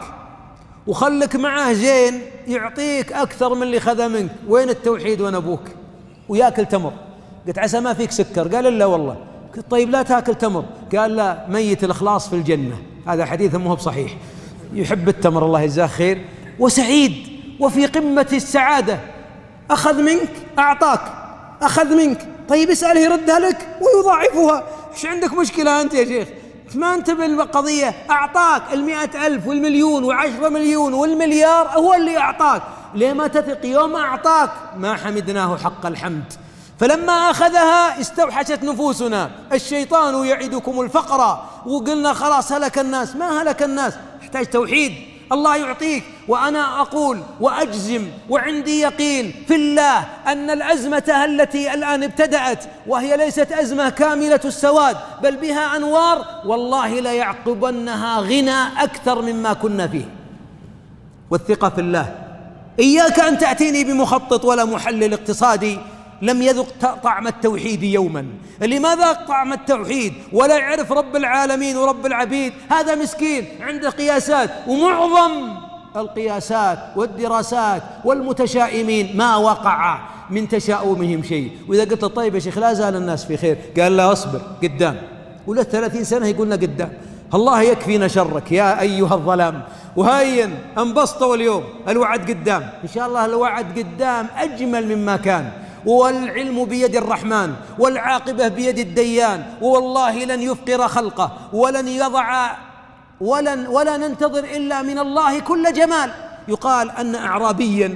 وخلك معه زين يعطيك أكثر من اللي خذ منك. وين التوحيد وين أبوك؟ وياكل تمر. قلت عسى ما فيك سكر؟ قال لا والله. قلت طيب لا تاكل تمر. قال لا، ميت الإخلاص في الجنة. هذا حديث مو بصحيح. يحب التمر الله يجزاه خير وسعيد وفي قمة السعادة. أخذ منك أعطاك، أخذ منك، طيب اسأله يردها لك ويضاعفها. إيش عندك مشكلة أنت يا شيخ؟ ما انتبه القضية. أعطاك المئة ألف والمليون وعشرة مليون والمليار، هو اللي أعطاك. ليه ما تثق؟ يوم أعطاك ما حمدناه حق الحمد، فلما أخذها استوحشت نفوسنا. الشيطان يعدكم الفقر، وقلنا خلاص هلك الناس. ما هلك الناس، يحتاج توحيد. الله يعطيك. وأنا أقول وأجزم وعندي يقين في الله أن الأزمة التي الآن ابتدأت، وهي ليست أزمة كاملة السواد بل بها أنوار، والله لا يعقبنها غنى أكثر مما كنا فيه. والثقة في الله. إياك أن تأتيني بمخطط ولا محلل اقتصادي لم يذق طعم التوحيد يوما. اللي ما ذاق طعم التوحيد ولا يعرف رب العالمين ورب العبيد، هذا مسكين عنده قياسات. ومعظم القياسات والدراسات والمتشائمين ما وقع من تشاؤمهم شيء. وإذا قلت طيب يا شيخ لا زال الناس في خير، قال لا أصبر قدام. ولا ثلاثين سنة يقولنا قدام. الله يكفينا شرك يا أيها الظلام. وهين انبسطوا اليوم، الوعد قدام إن شاء الله. الوعد قدام أجمل مما كان. والعلم بيد الرحمن والعاقبة بيد الديان، والله لن يفقر خلقه ولن يضع ولن ولا ننتظر إلا من الله كل جمال. يقال أن أعرابيا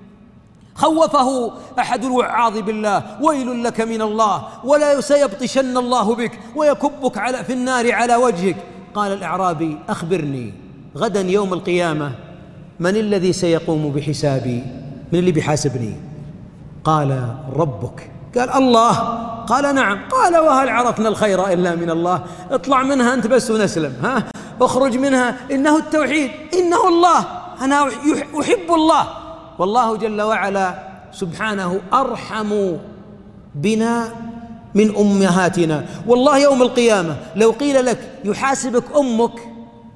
خوفه أحد الوعاظ بالله: ويل لك من الله، ولا سيبطشن الله بك ويكبك على في النار على وجهك. قال الأعرابي: أخبرني غدا يوم القيامة من الذي سيقوم بحسابي؟ من اللي بيحاسبني؟ قال: ربك. قال: الله. قال: نعم. قال: وهل عرفنا الخير إلا من الله؟ اطلع منها أنت بس ونسلم، ها اخرج منها. إنه التوحيد، إنه الله. أنا أحب الله. والله جل وعلا سبحانه أرحم بنا من أمهاتنا. والله يوم القيامة لو قيل لك يحاسبك أمك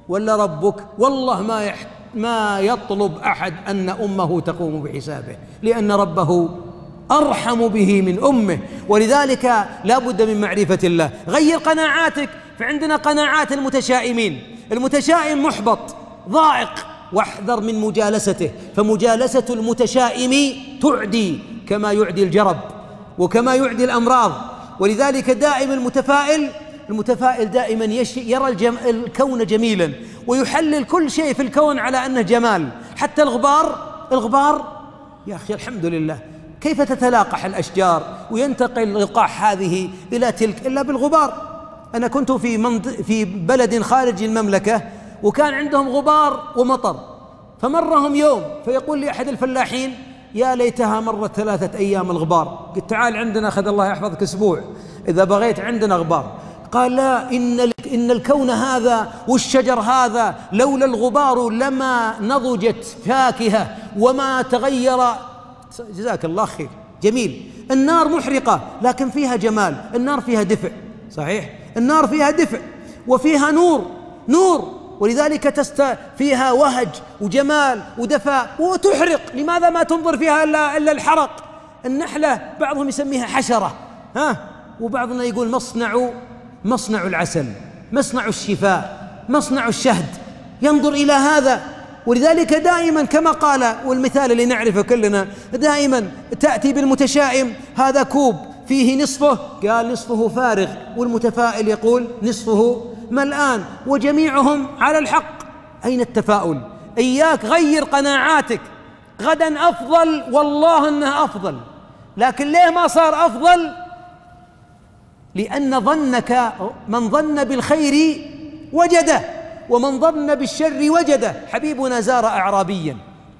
ولا ربك؟ والله ما يحت ما يطلب أحد أن أمه تقوم بحسابه، لأن ربه أرحم به من أمه. ولذلك لا بد من معرفة الله. غير قناعاتك. فعندنا قناعات المتشائمين، المتشائم محبط ضائق، واحذر من مجالسته، فمجالسة المتشائم تعدي كما يعدي الجرب وكما يعدي الأمراض. ولذلك دائما المتفائل المتفائل دائما يرى الجم... الكون جميلا، ويحلل كل شيء في الكون على أنه جمال. حتى الغبار الغبار يا أخي الحمد لله، كيف تتلاقح الأشجار وينتقل اللقاح هذه إلى تلك إلا بالغبار. أنا كنت في, منط... في بلد خارج المملكة، وكان عندهم غبار ومطر، فمرهم يوم فيقول لي أحد الفلاحين: يا ليتها مرت ثلاثة أيام الغبار. قلت: تعال عندنا أخذ الله يحفظك أسبوع إذا بغيت، عندنا غبار. قال: لا، إن إن الكون هذا والشجر هذا لولا الغبار لما نضجت فاكهة وما تغير. جزاك الله خير، جميل. النار محرقة لكن فيها جمال، النار فيها دفء، صحيح، النار فيها دفء وفيها نور نور ولذلك تست فيها وهج وجمال ودفاء، وتحرق. لماذا ما تنظر فيها إلا, إلا الحرق؟ النحلة بعضهم يسميها حشرة، ها، وبعضنا يقول مصنع مصنع العسل، مصنع الشفاء، مصنع الشهد، ينظر إلى هذا. ولذلك دائما كما قال، والمثال اللي نعرفه كلنا دائما، تأتي بالمتشائم: هذا كوب فيه نصفه، قال نصفه فارغ، والمتفائل يقول نصفه ملآن، وجميعهم على الحق. أين التفاؤل؟ إياك غير قناعاتك. غدا أفضل، والله أنه أفضل، لكن ليه ما صار أفضل؟ لأن ظنك، من ظن بالخير وجده، ومن ظن بالشر وجده. حبيبنا زار أعرابيا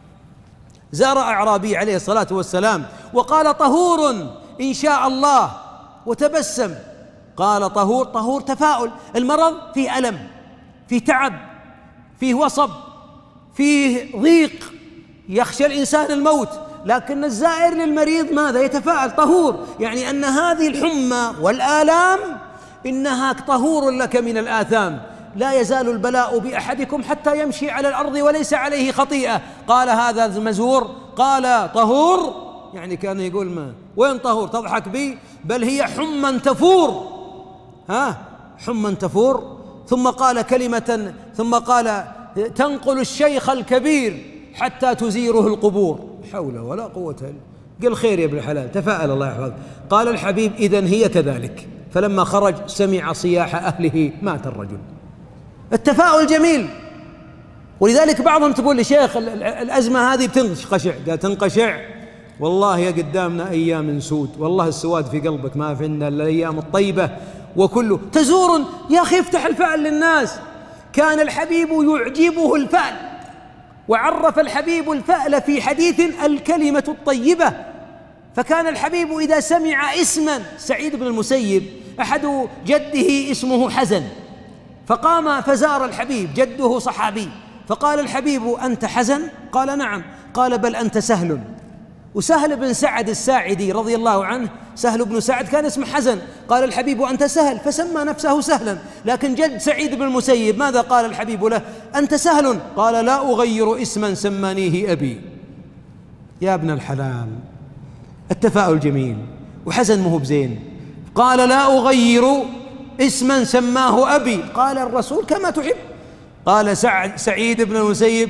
زار أعرابي عليه الصلاة والسلام وقال: طهور إن شاء الله، وتبسم. قال: طهور طهور تفاؤل. المرض فيه ألم، فيه تعب، فيه وصب، فيه ضيق، يخشى الإنسان الموت، لكن الزائر للمريض ماذا؟ يتفاءل. طهور يعني أن هذه الحمى والآلام إنها طهور لك من الآثام. لا يزال البلاء بأحدكم حتى يمشي على الأرض وليس عليه خطيئة. قال: هذا مزور؟ قال: طهور. يعني كان يقول: ما وين طهور؟ تضحك بي؟ بل هي حمى تفور، ها، حمى تفور. ثم قال كلمة، ثم قال: تنقل الشيخ الكبير حتى تزيره القبور. حول ولا قوة إلا. قل: خير يا ابن الحلال، تفاءل الله يحفظك. قال الحبيب: إذن هي كذلك. فلما خرج سمع صياح أهله: مات الرجل. التفاؤل جميل. ولذلك بعضهم تقول لي: شيخ الأزمة هذه بتنقشع. قال: تنقشع؟ والله يا قدامنا أيام سود، والله السواد في قلبك، ما فينا إلا الأيام الطيبة وكله تزور. يا أخي افتح الفأل للناس. كان الحبيب يعجبه الفأل، وعرف الحبيب الفأل في حديث: الكلمة الطيبة. فكان الحبيب إذا سمع اسما، سعيد بن المسيب أحد جده اسمه حزن، فقام فزار الحبيب، جده صحابي، فقال الحبيب: أنت حزن؟ قال: نعم. قال: بل أنت سهل. وسهل بن سعد الساعدي رضي الله عنه، سهل بن سعد كان اسمه حزن. قال الحبيب: أنت سهل، فسمى نفسه سهلا. لكن جد سعيد بن المسيب ماذا قال الحبيب له؟ أنت سهل. قال: لا أغير اسما سمانيه أبي. يا ابن الحلال، التفاؤل جميل، وحزن مو بزين. قال: لا أغير اسما سماه أبي. قال الرسول: كما تحب. قال سعد سعيد بن المسيب: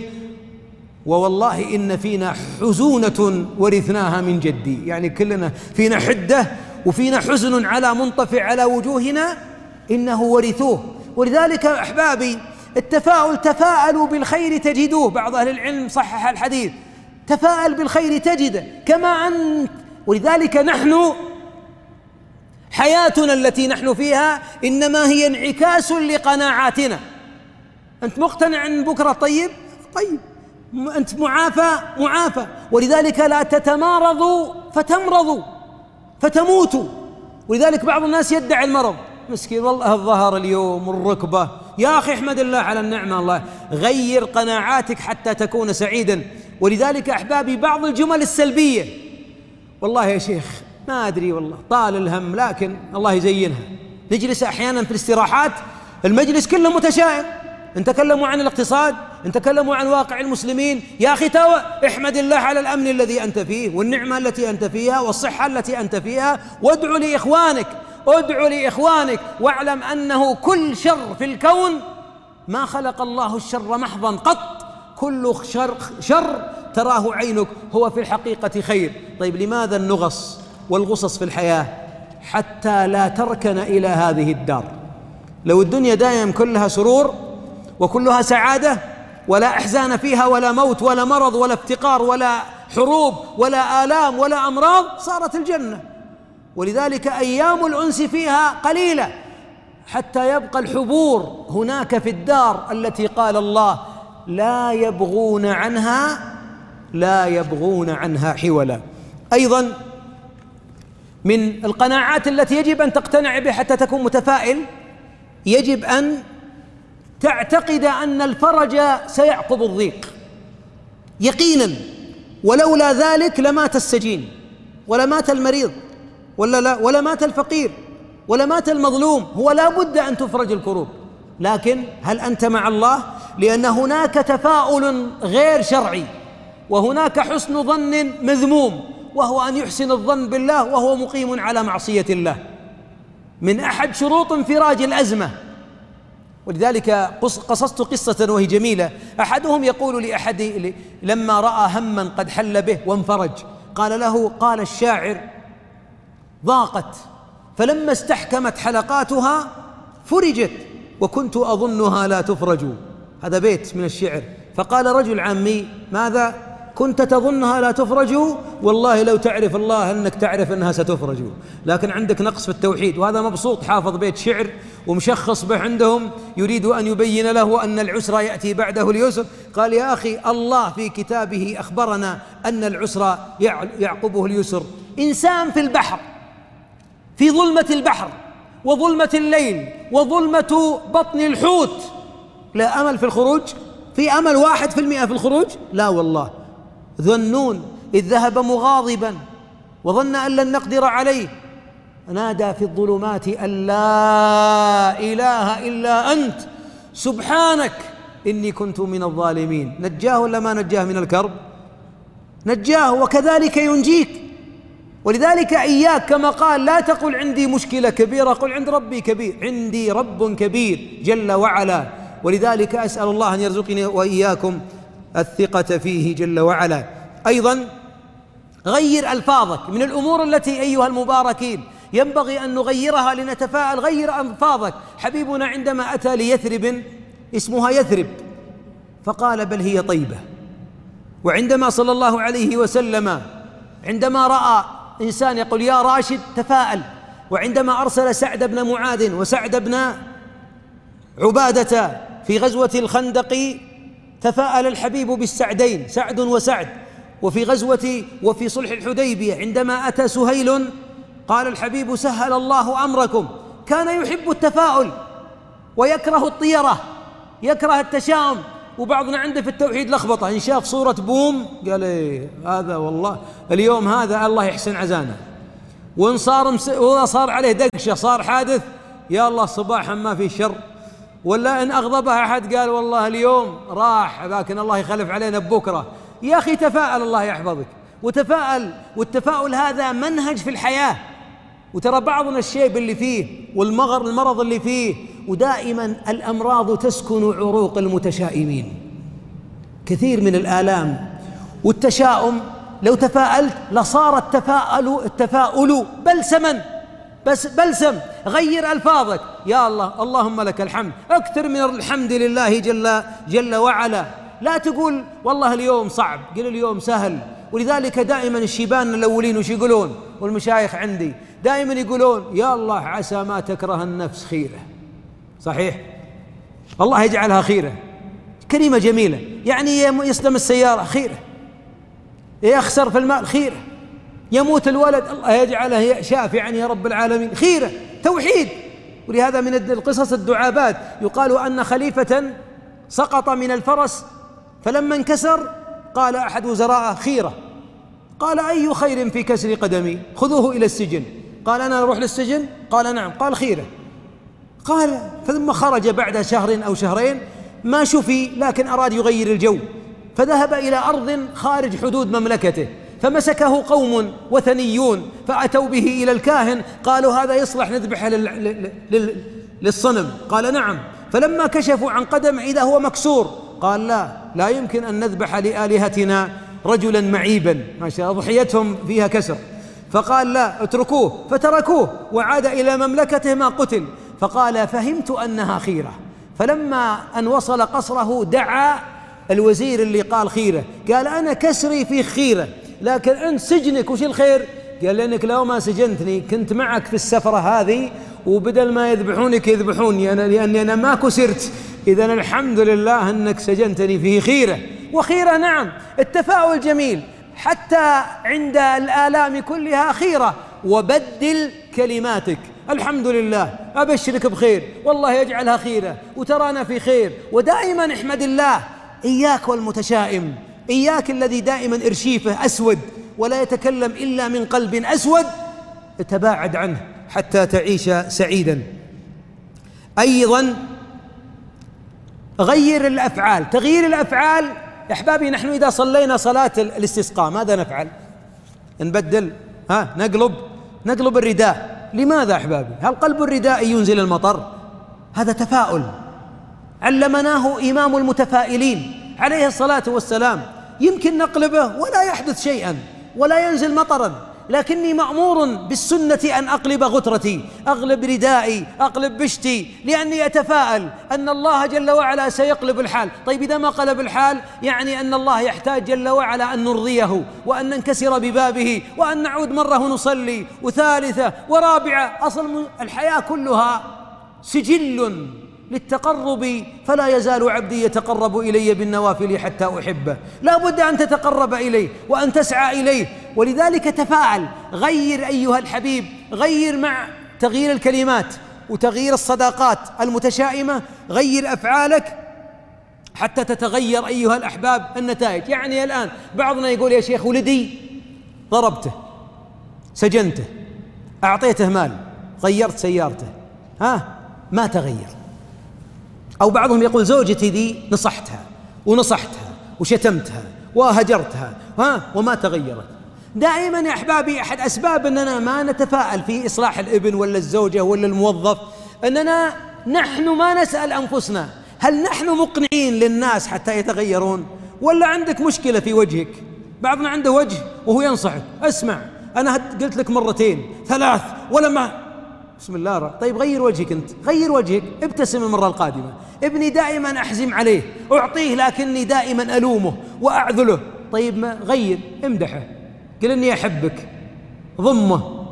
ووالله إن فينا حزونة ورثناها من جدي. يعني كلنا فينا حدة وفينا حزن على منطفئ على وجوهنا، إنه ورثوه. ولذلك أحبابي، التفاؤل، تفاءلوا بالخير تجدوه. بعض أهل العلم صحح الحديث: تفاءل بالخير تجده كما أنت. ولذلك نحن حياتنا التي نحن فيها إنما هي انعكاس لقناعاتنا. أنت مقتنع أن بكرة طيب؟ طيب. أنت معافى؟ معافى. ولذلك لا تتمارضوا فتمرضوا فتموتوا. ولذلك بعض الناس يدعي المرض، مسكين والله الظهر اليوم والركبة. يا أخي احمد الله على النعمة. الله غير قناعاتك حتى تكون سعيدا. ولذلك أحبابي، بعض الجمل السلبية، والله يا شيخ ما أدري والله طال الهم، لكن الله يزينها. نجلس أحيانا في الاستراحات، المجلس كله متشائم، إن تكلموا عن الاقتصاد، إن تكلموا عن واقع المسلمين، يا أخي تو احمد الله على الأمن الذي أنت فيه والنعمة التي أنت فيها والصحة التي أنت فيها، وادعو لإخوانك، ادعو لإخوانك، واعلم أنه كل شر في الكون ما خلق الله الشر محضا قط، كل شر, شر تراه عينك هو في الحقيقة خير. طيب لماذا النغص والغصص في الحياة؟ حتى لا تركن إلى هذه الدار. لو الدنيا دائما كلها سرور وكلها سعادة ولا أحزان فيها ولا موت ولا مرض ولا افتقار ولا حروب ولا آلام ولا أمراض، صارت الجنة. ولذلك أيام الأنس فيها قليلة حتى يبقى الحبور هناك في الدار التي قال الله لا يبغون عنها لا يبغون عنها حولا. أيضا من القناعات التي يجب أن تقتنع بها حتى تكون متفائل، يجب أن تعتقد أن الفرج سيعقب الضيق يقينا، ولولا ذلك لمات السجين ولا مات المريض ولا لا ولا مات الفقير ولا مات المظلوم. هو لا بد أن تفرج الكروب، لكن هل أنت مع الله؟ لأن هناك تفاؤل غير شرعي وهناك حسن ظن مذموم، وهو أن يحسن الظن بالله وهو مقيم على معصية الله، من أحد شروط انفراج الأزمة. ولذلك قصصت قصة وهي جميلة. أحدهم يقول لأحد لما رأى هما قد حل به وانفرج، قال له قال الشاعر ضاقت فلما استحكمت حلقاتها فرجت وكنت أظنها لا تفرج. هذا بيت من الشعر. فقال رجل عامي ماذا كنت تظنها لا تفرج؟ والله لو تعرف الله أنك تعرف أنها ستفرج، لكن عندك نقص في التوحيد. وهذا مبسوط حافظ بيت شعر ومشخص به عندهم، يريد أن يبين له أن العسر يأتي بعده اليسر. قال يا أخي الله في كتابه أخبرنا أن العسر يعقبه اليسر. إنسان في البحر، في ظلمة البحر وظلمة الليل وظلمة بطن الحوت، لا أمل في الخروج؟ في أمل واحد في المئة في الخروج؟ لا والله. ذنون إذ ذهب مغاضبا وظن أن لن نقدر عليه نادى في الظلمات أن لا إله إلا أنت سبحانك إني كنت من الظالمين. نجاه ولا ما نجاه من الكرب؟ نجاه، وكذلك ينجيك. ولذلك إياك كما قال لا تقل عندي مشكلة كبيرة، قل عند ربي كبير، عندي رب كبير جل وعلا. ولذلك أسأل الله أن يرزقني وإياكم الثقة فيه جل وعلا. أيضا غير ألفاظك. من الأمور التي أيها المباركين ينبغي أن نغيرها لنتفاءل، غير ألفاظك. حبيبنا عندما أتى ليثرب اسمها يثرب فقال بل هي طيبة. وعندما صلى الله عليه وسلم عندما رأى إنسان يقول يا راشد تفاءل، وعندما أرسل سعد بن معاذ وسعد بن عبادة في غزوة الخندق تفاءل الحبيب بالسعدين سعد وسعد. وفي غزوة وفي صلح الحديبية عندما أتى سهيل قال الحبيب سهل الله أمركم. كان يحب التفاؤل ويكره الطيرة، يكره التشاؤم. وبعضنا عنده في التوحيد لخبطة، إن شاف صورة بوم قال إيه هذا والله اليوم هذا الله يحسن عزانه، وإن صار مس... صار عليه دقشة صار حادث يا الله صباحا ما في شر. ولا إن أغضبها أحد قال والله اليوم راح لكن الله يخلف علينا بكرة. يا أخي تفاءل الله يحفظك وتفاءل. والتفاؤل هذا منهج في الحياة. وترى بعضنا الشيب اللي فيه والمغر المرض اللي فيه، ودائما الأمراض تسكن عروق المتشائمين، كثير من الآلام والتشاؤم. لو تفاءلت لصار التفاؤل التفاؤل بلسما، بس بلسم. غير ألفاظك يا الله اللهم لك الحمد، أكثر من الحمد لله جل, جل وعلا. لا تقول والله اليوم صعب، قل اليوم سهل. ولذلك دائما الشيبان الأولين وش يقولون والمشايخ عندي دائما يقولون يا الله عسى ما تكره النفس خيرة. صحيح الله يجعلها خيرة، كلمة جميلة. يعني يسلم السيارة خيرة، يخسر في المال خيرة، يموت الولد الله يجعله شافعا يا رب العالمين خيرة. توحيد. ولهذا من القصص الدعابات يقال أن خليفة سقط من الفرس فلما انكسر قال أحد وزراءه خيرة. قال أي خير في كسر قدمي؟ خذوه إلى السجن. قال أنا أروح للسجن؟ قال نعم. قال خيرة. قال ثم خرج بعد شهر أو شهرين ما شفي لكن أراد يغير الجو، فذهب إلى أرض خارج حدود مملكته، فمسكه قوم وثنيون فأتوا به إلى الكاهن، قالوا هذا يصلح نذبحه للصنم، قال نعم. فلما كشفوا عن قدم إذا هو مكسور، قال لا لا يمكن أن نذبح لآلهتنا رجلا معيبا، ما شاء الله ضحيتهم فيها كسر، فقال لا اتركوه، فتركوه وعاد إلى مملكته ما قتل. فقال فهمت أنها خيرة، فلما أن وصل قصره دعا الوزير اللي قال خيرة، قال أنا كسري في خيرة، لكن أنت سجنك وش الخير؟ قال لأنك لو ما سجنتني كنت معك في السفرة هذه، وبدل ما يذبحونك يذبحوني أنا لأني أنا ما كسرت، إذن الحمد لله أنك سجنتني فيه خيرة. وخيرة نعم، التفاؤل جميل حتى عند الآلام كلها خيرة. وبدل كلماتك، الحمد لله أبشرك بخير، والله يجعلها خيرة، وترانا في خير، ودائما احمد الله. إياك والمتشائم، إياك الذي دائما إرشيفه أسود ولا يتكلم إلا من قلب أسود، تباعد عنه حتى تعيش سعيدا. أيضا غير الأفعال، تغيير الأفعال يا أحبابي. نحن إذا صلينا صلاة الاستسقاء ماذا نفعل؟ نبدل، ها نقلب نقلب الرداء. لماذا أحبابي؟ هل قلب الرداء ينزل المطر؟ هذا تفاؤل علمناه إمام المتفائلين عليه الصلاة والسلام. يمكن نقلبه ولا يحدث شيئا ولا ينزل مطرا، لكني مأمور بالسنة أن أقلب غترتي، أقلب ردائي، أقلب بشتي، لأني أتفاءل أن الله جل وعلا سيقلب الحال. طيب إذا ما قلب الحال يعني أن الله يحتاج جل وعلا أن نرضيه، وأن ننكسر ببابه، وأن نعود مرة ونصلي وثالثة ورابعة. أصل الحياة كلها سجل للتقرب، فلا يزال عبدي يتقرب إلي بالنوافل حتى أحبه. لا بد أن تتقرب إليه وأن تسعى إليه، ولذلك تفاعل. غير أيها الحبيب، غير مع تغيير الكلمات وتغيير الصداقات المتشائمة، غير أفعالك حتى تتغير أيها الأحباب النتائج. يعني الآن بعضنا يقول يا شيخ ولدي ضربته، سجنته، أعطيته مال، غيرت سيارته، ها ما تغير. أو بعضهم يقول زوجتي ذي نصحتها ونصحتها وشتمتها وهجرتها، ها وما تغيرت. دائما يا أحبابي أحد أسباب أننا ما نتفاءل في إصلاح الابن ولا الزوجة ولا الموظف أننا نحن ما نسأل أنفسنا هل نحن مقنعين للناس حتى يتغيرون، ولا عندك مشكلة في وجهك؟ بعضنا عنده وجه وهو ينصحك، اسمع أنا قلت لك مرتين ثلاث ولا ما، بسم الله الرحمن. طيب غير وجهك أنت، غير وجهك، ابتسم المرة القادمة. ابني دائما أحزم عليه، أعطيه لكني دائما ألومه وأعذله. طيب ما غير، امدحه، قل إني أحبك، ضمه،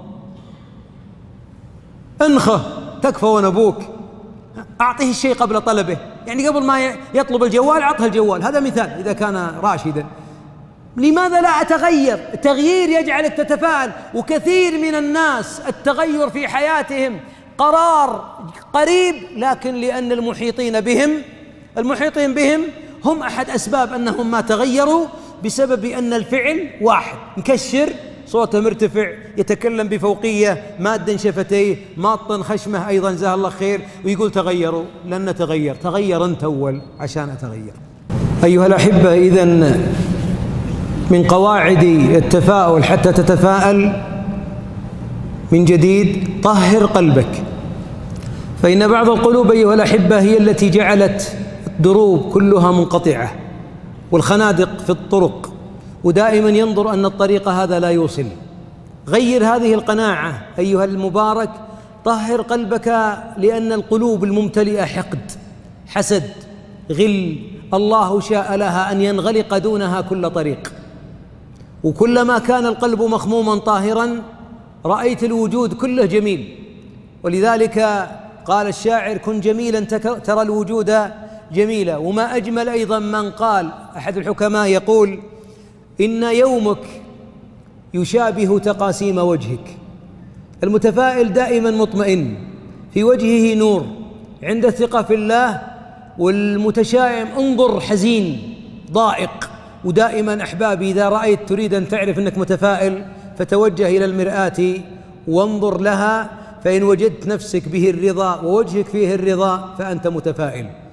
انخه، تكفى وأنا أبوك. أعطيه الشيء قبل طلبه، يعني قبل ما يطلب الجوال أعطه الجوال. هذا مثال إذا كان راشدا. لماذا لا أتغير؟ التغيير يجعلك تتفاعل. وكثير من الناس التغير في حياتهم قرار قريب، لكن لأن المحيطين بهم المحيطين بهم هم أحد أسباب أنهم ما تغيروا، بسبب أن الفعل واحد، مكشر، صوته مرتفع، يتكلم بفوقية، ماد شفتيه، ماطن خشمه أيضا جزاه الله خير، ويقول تغيروا. لن نتغير، تغير أنت أول عشان أتغير. أيها الأحبة، إذن من قواعد التفاؤل حتى تتفاءل من جديد طهر قلبك، فإن بعض القلوب أيها الأحبة هي التي جعلت الدروب كلها منقطعة والخنادق في الطرق، ودائما ينظر أن الطريق هذا لا يوصل. غير هذه القناعة أيها المبارك، طهر قلبك، لأن القلوب الممتلئة حقد، حسد، غل، الله شاء لها أن ينغلق دونها كل طريق. وكلما كان القلب مخموما طاهرا رأيت الوجود كله جميل. ولذلك قال الشاعر كن جميلا ترى الوجود جميلا. وما أجمل أيضا من قال، أحد الحكماء يقول إن يومك يشابه تقاسيم وجهك. المتفائل دائما مطمئن، في وجهه نور، عنده ثقة في الله. والمتشائم انظر حزين ضائق. ودائما أحبابي إذا رأيت تريد أن تعرف أنك متفائل فتوجه إلى المرآة وانظر لها، فإن وجدت نفسك به الرضا ووجهك فيه الرضا فأنت متفائل.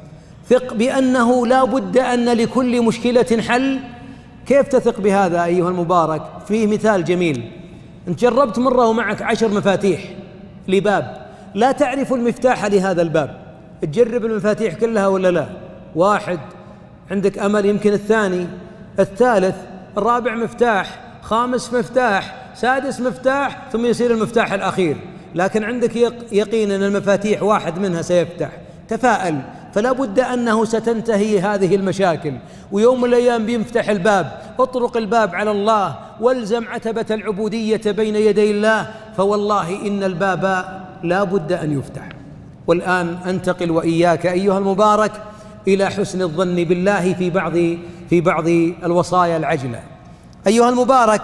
ثق بأنه لا بد أن لكل مشكلة حل. كيف تثق بهذا أيها المبارك؟ فيه مثال جميل. أنت جربت مرة ومعك عشر مفاتيح لباب، لا تعرف المفتاح لهذا الباب، تجرب المفاتيح كلها ولا لا؟ واحد عندك أمل، يمكن الثاني، الثالث، الرابع مفتاح، خامس مفتاح، سادس مفتاح، ثم يصير المفتاح الأخير، لكن عندك يقين أن المفاتيح واحد منها سيفتح. تفاءل، فلا بد أنه ستنتهي هذه المشاكل، ويوم من الأيام بينفتح الباب. اطرق الباب على الله، والزم عتبة العبودية بين يدي الله، فوالله إن الباب لا بد أن يفتح. والآن أنتقل وإياك أيها المبارك إلى حسن الظن بالله في بعض في بعض الوصايا العجلة. أيها المبارك،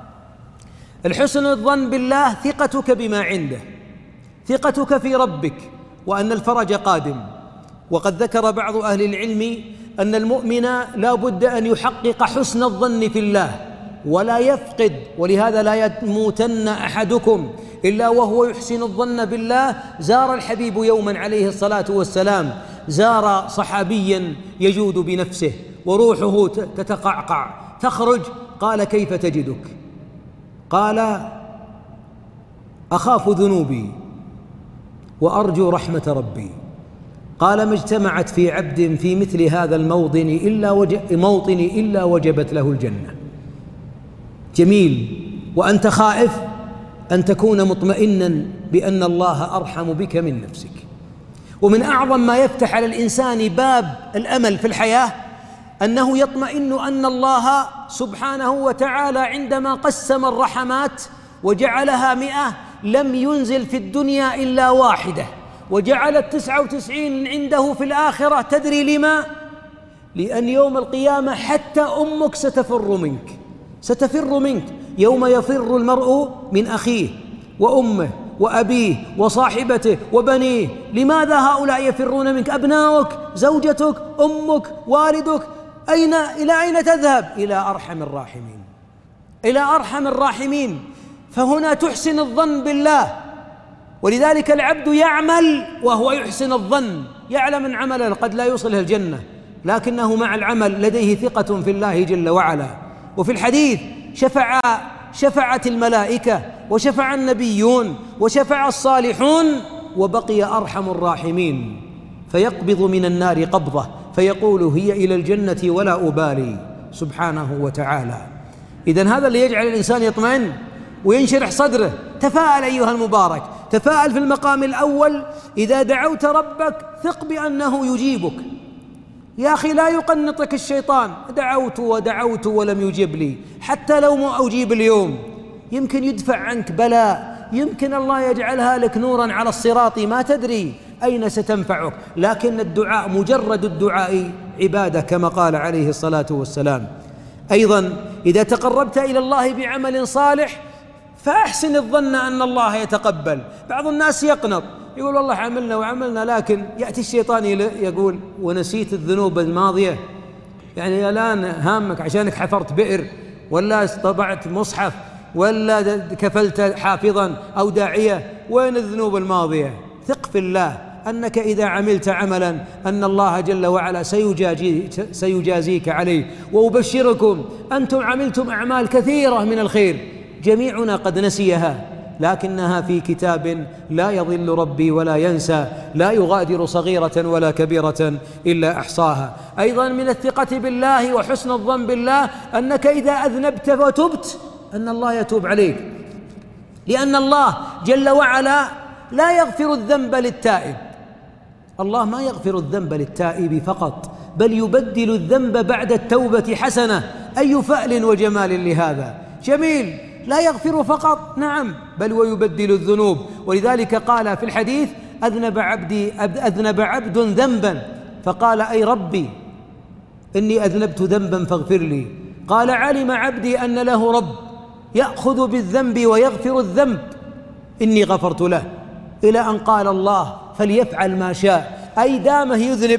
الحسن الظن بالله ثقتك بما عنده، ثقتك في ربك وأن الفرج قادم. وقد ذكر بعض أهل العلم أن المؤمن لا بد أن يحقق حسن الظن في الله ولا يفقد، ولهذا لا يموتن أحدكم إلا وهو يحسن الظن بالله. زار الحبيب يوما عليه الصلاة والسلام، زار صحابيا يجود بنفسه وروحه تتقعقع تخرج، قال: كيف تجدك؟ قال: أخاف ذنوبي وأرجو رحمة ربي. قال: ما اجتمعت في عبد في مثل هذا الموطن إلا وج... موطن إلا وجبت له الجنة. جميل. وأنت خائف أن تكون مطمئنا بأن الله أرحم بك من نفسك. ومن أعظم ما يفتح على الإنسان باب الأمل في الحياة أنه يطمئن أن الله سبحانه وتعالى عندما قسم الرحمات وجعلها مئة لم ينزل في الدنيا إلا واحدة، وجعل التسعة وتسعين عنده في الآخرة. تدري لما؟ لأن يوم القيامة حتى أمك ستفر منك، ستفر منك يوم يفر المرء من أخيه وأمه وأبيه وصاحبته وبنيه. لماذا هؤلاء يفرون منك؟ أبناؤك، زوجتك، أمك، والدك. أين إلى أين تذهب؟ إلى أرحم الراحمين، إلى أرحم الراحمين. فهنا تحسن الظن بالله. ولذلك العبد يعمل وهو يحسن الظن، يعلم أن عمله قد لا يوصله الجنة، لكنه مع العمل لديه ثقة في الله جل وعلا. وفي الحديث شفع شفعت الملائكة وشفع النبيون وشفع الصالحون وبقي أرحم الراحمين، فيقبض من النار قبضة فيقول: هي إلى الجنة ولا أبالي، سبحانه وتعالى. إذن هذا اللي يجعل الإنسان يطمئن وينشرح صدره. تفاءل أيها المبارك، تفاءل في المقام الأول. إذا دعوت ربك ثق بأنه يجيبك. يا أخي لا يقنطك الشيطان، دعوت ودعوت ولم يجب لي، حتى لو ما أجيب اليوم يمكن يدفع عنك بلاء، يمكن الله يجعلها لك نورا على الصراط، ما تدري أين ستنفعك. لكن الدعاء، مجرد الدعاء عبادة كما قال عليه الصلاة والسلام. أيضا إذا تقربت إلى الله بعمل صالح فأحسن الظن أن الله يتقبل. بعض الناس يقنط، يقول: والله عملنا وعملنا، لكن يأتي الشيطان يقول: ونسيت الذنوب الماضية؟ يعني الآن هامك عشانك حفرت بئر ولا طبعت مصحف ولا كفلت حافظا أو داعية، وين الذنوب الماضية؟ ثق في الله أنك إذا عملت عملا أن الله جل وعلا سيجازي سيجازيك عليه. وأبشركم، أنتم عملتم أعمال كثيرة من الخير جميعنا قد نسيها، لكنها في كتاب لا يضل ربي ولا ينسى، لا يغادر صغيرة ولا كبيرة إلا أحصاها. أيضا من الثقة بالله وحسن الظن بالله أنك إذا أذنبت وتبت أن الله يتوب عليك، لأن الله جل وعلا لا يغفر الذنب للتائب. الله ما يغفر الذنب للتائب فقط، بل يبدل الذنب بعد التوبة حسنة. أي فأل وجمال لهذا! جميل. لا يغفر فقط، نعم، بل ويبدل الذنوب. ولذلك قال في الحديث: أذنب عبدي أذنب عبد ذنبا فقال: أي ربي إني أذنبت ذنبا فاغفر لي. قال: علم عبدي أن له رب يأخذ بالذنب ويغفر الذنب، إني غفرت له. إلى أن قال الله: فليفعل ما شاء، أي دامه يذنب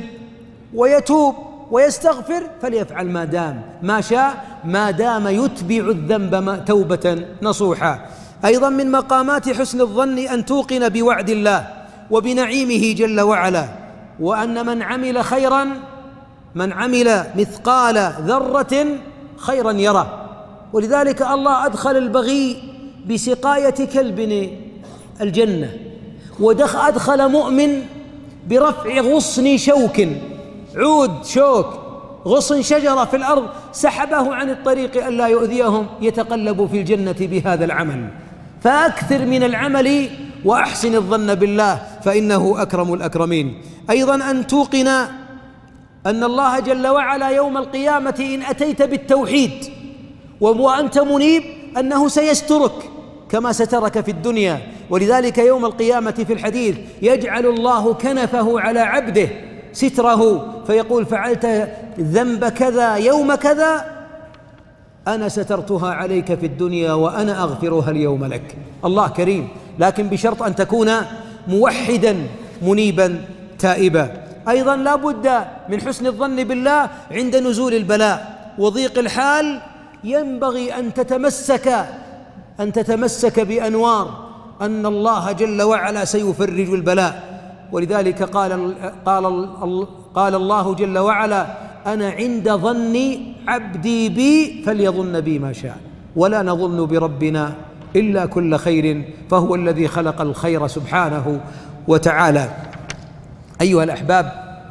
ويتوب ويستغفر فليفعل ما دام ما شاء، ما دام يتبع الذنب توبة نصوحا. أيضا من مقامات حسن الظن أن توقن بوعد الله وبنعيمه جل وعلا. وأن من عمل خيرا من عمل مثقال ذرة خيرا يره. ولذلك الله أدخل البغي بسقاية كلب الجنة، وأدخل مؤمن برفع غصن شوك، عود شوك غصن شجرة في الأرض سحبه عن الطريق ألا يؤذيهم، يتقلب في الجنة بهذا العمل. فأكثر من العمل وأحسن الظن بالله فإنه أكرم الأكرمين. أيضا أن توقن أن الله جل وعلا يوم القيامة إن أتيت بالتوحيد وأنت منيب أنه سيسترك كما سترك في الدنيا. ولذلك يوم القيامة في الحديث يجعل الله كنفه على عبده ستره فيقول فعلت ذنب كذا يوم كذا أنا سترتها عليك في الدنيا وأنا أغفرها اليوم لك. الله كريم، لكن بشرط أن تكون موحدا منيبا تائبا. أيضا لا بد من حسن الظن بالله عند نزول البلاء وضيق الحال. ينبغي أن تتمسك أن تتمسك بأنوار أن الله جل وعلا سيفرج البلاء. ولذلك قال قال قال الله جل وعلا أنا عند ظن عبدي بي فليظن بي ما شاء ولا نظن بربنا إلا كل خير فهو الذي خلق الخير سبحانه وتعالى. أيها الأحباب،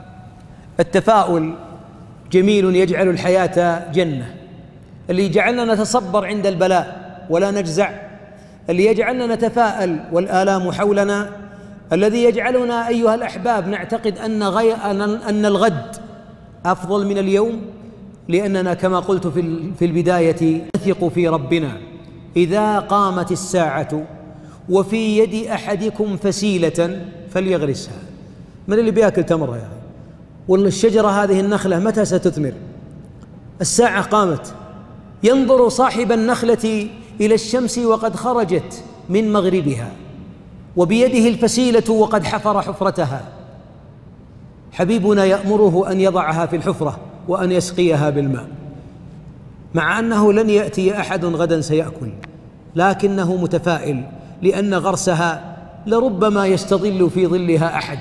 التفاؤل جميل يجعل الحياة جنة، اللي يجعلنا نتصبر عند البلاء ولا نجزع، اللي يجعلنا نتفاءل والآلام حولنا، الذي يجعلنا أيها الأحباب نعتقد أن, غي... أن الغد أفضل من اليوم، لأننا كما قلت في البداية نثق في ربنا. إذا قامت الساعة وفي يد أحدكم فسيلة فليغرسها. من اللي بيأكل تمرة يعني؟ والله الشجرة هذه النخلة متى ستثمر؟ الساعة قامت. ينظر صاحب النخلة إلى الشمس وقد خرجت من مغربها وبيده الفسيلة وقد حفر حفرتها. حبيبنا يأمره أن يضعها في الحفرة وأن يسقيها بالماء، مع أنه لن يأتي أحد غدا سيأكل، لكنه متفائل لأن غرسها لربما يستظل في ظلها أحد،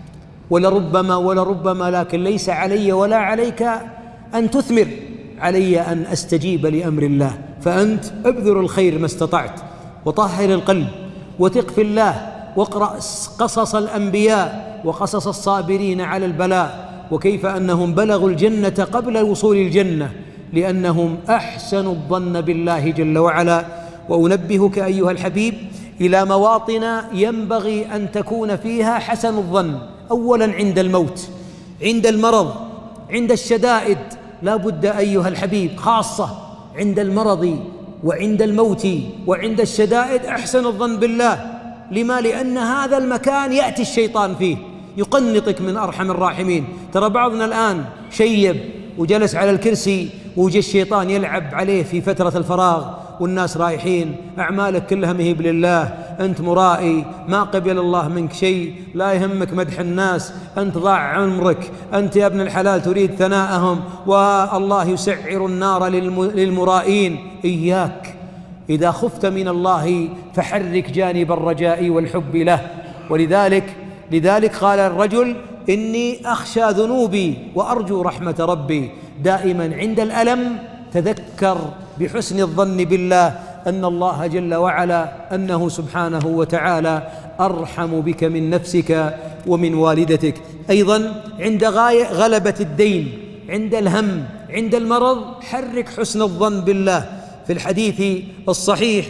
ولربما ولربما لكن ليس علي ولا عليك أن تثمر، علي أن أستجيب لأمر الله. فأنت ابذر الخير ما استطعت، وطهر القلب، وثق في الله، واقرأ قصص الأنبياء وقصص الصابرين على البلاء، وكيف أنهم بلغوا الجنة قبل وصول الجنة لأنهم أحسنوا الظن بالله جل وعلا. وأنبهك أيها الحبيب إلى مواطن ينبغي أن تكون فيها حسن الظن. أولا عند الموت، عند المرض، عند الشدائد، لا بد أيها الحبيب خاصة عند المرض وعند الموت وعند الشدائد أحسن الظن بالله. لما؟ لأن هذا المكان يأتي الشيطان فيه يقنطك من أرحم الراحمين. ترى بعضنا الآن شيب وجلس على الكرسي وجاء الشيطان يلعب عليه في فترة الفراغ والناس رايحين، أعمالك كلها مهيب لله، أنت مرائي، ما قبل الله منك شيء، لا يهمك مدح الناس، أنت ضاع عمرك، أنت يا ابن الحلال تريد ثناءهم، والله يسعر النار للمرائين. إياك إذا خفت من الله فحرك جانب الرجاء والحب له. ولذلك لذلك قال الرجل إني أخشى ذنوبي وأرجو رحمة ربي. دائما عند الألم تذكر بحسن الظن بالله أن الله جل وعلا أنه سبحانه وتعالى أرحم بك من نفسك ومن والدتك. أيضا عند غلبة الدين، عند الهم، عند المرض، حرك حسن الظن بالله. في الحديث الصحيح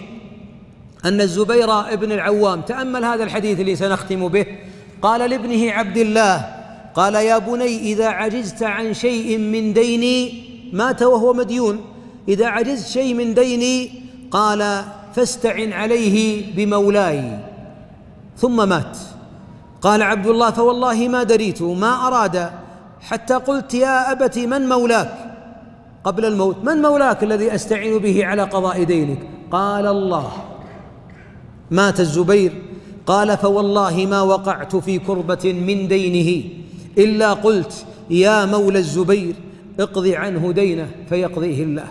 أن الزبير ابن العوام، تأمل هذا الحديث اللي سنختم به، قال لابنه عبد الله، قال يا بني إذا عجزت عن شيء من ديني، مات وهو مديون، إذا عجزت شيء من ديني قال فاستعن عليه بمولاي، ثم مات. قال عبد الله فوالله ما دريت ما أراد حتى قلت يا أبت من مولاك قبل الموت، من مولاك الذي أستعين به على قضاء دينك؟ قال الله. مات الزبير، قال فوالله ما وقعت في كربة من دينه إلا قلت يا مولى الزبير اقض عنه دينه فيقضيه الله.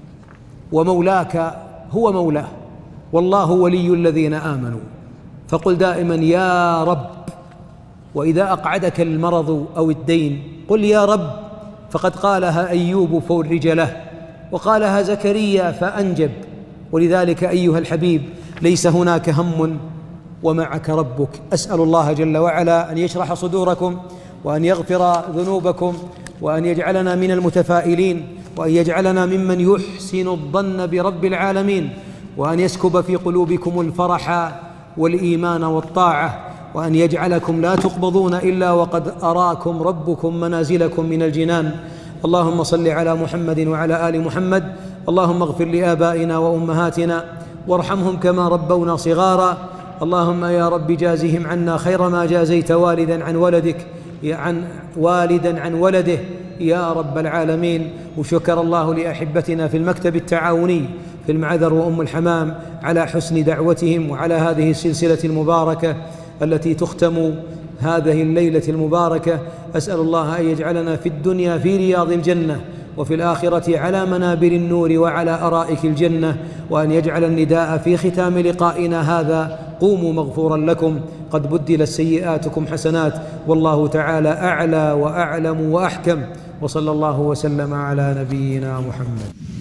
ومولاك هو مولاه، والله ولي الذين آمنوا. فقل دائما يا رب وإذا أقعدك المرض أو الدين قل يا رب، فقد قالها أيوب فورج له، وقالها زكريا فأنجب. ولذلك أيها الحبيب ليس هناك هم ومعك ربك. أسأل الله جل وعلا أن يشرح صدوركم، وأن يغفر ذنوبكم، وأن يجعلنا من المتفائلين، وأن يجعلنا ممن يحسن الظن برب العالمين، وأن يسكب في قلوبكم الفرح والإيمان والطاعة، وأن يجعلكم لا تقبضون إلا وقد أراكم ربكم منازلكم من الجنان. اللهم صل على محمد وعلى آل محمد. اللهم اغفر لآبائنا وأمهاتنا وارحمهم كما ربونا صغارا. اللهم يا رب جازهم عنا خير ما جازيت والدا عن ولدك عن والدا عن ولده يا رب العالمين. وشكر الله لأحبتنا في المكتب التعاوني في المعذر وأم الحمام على حسن دعوتهم، وعلى هذه السلسلة المباركة التي تختم هذه الليلة المباركة. أسأل الله أن يجعلنا في الدنيا في رياض الجنة، وفي الآخرة على منابر النور وعلى أرائك الجنة، وأن يجعل النداء في ختام لقائنا هذا قوموا مغفورا لكم قد بدلت سيئاتكم حسنات، والله تعالى أعلى وأعلم وأحكم. وصلى الله وسلم على نبينا محمد.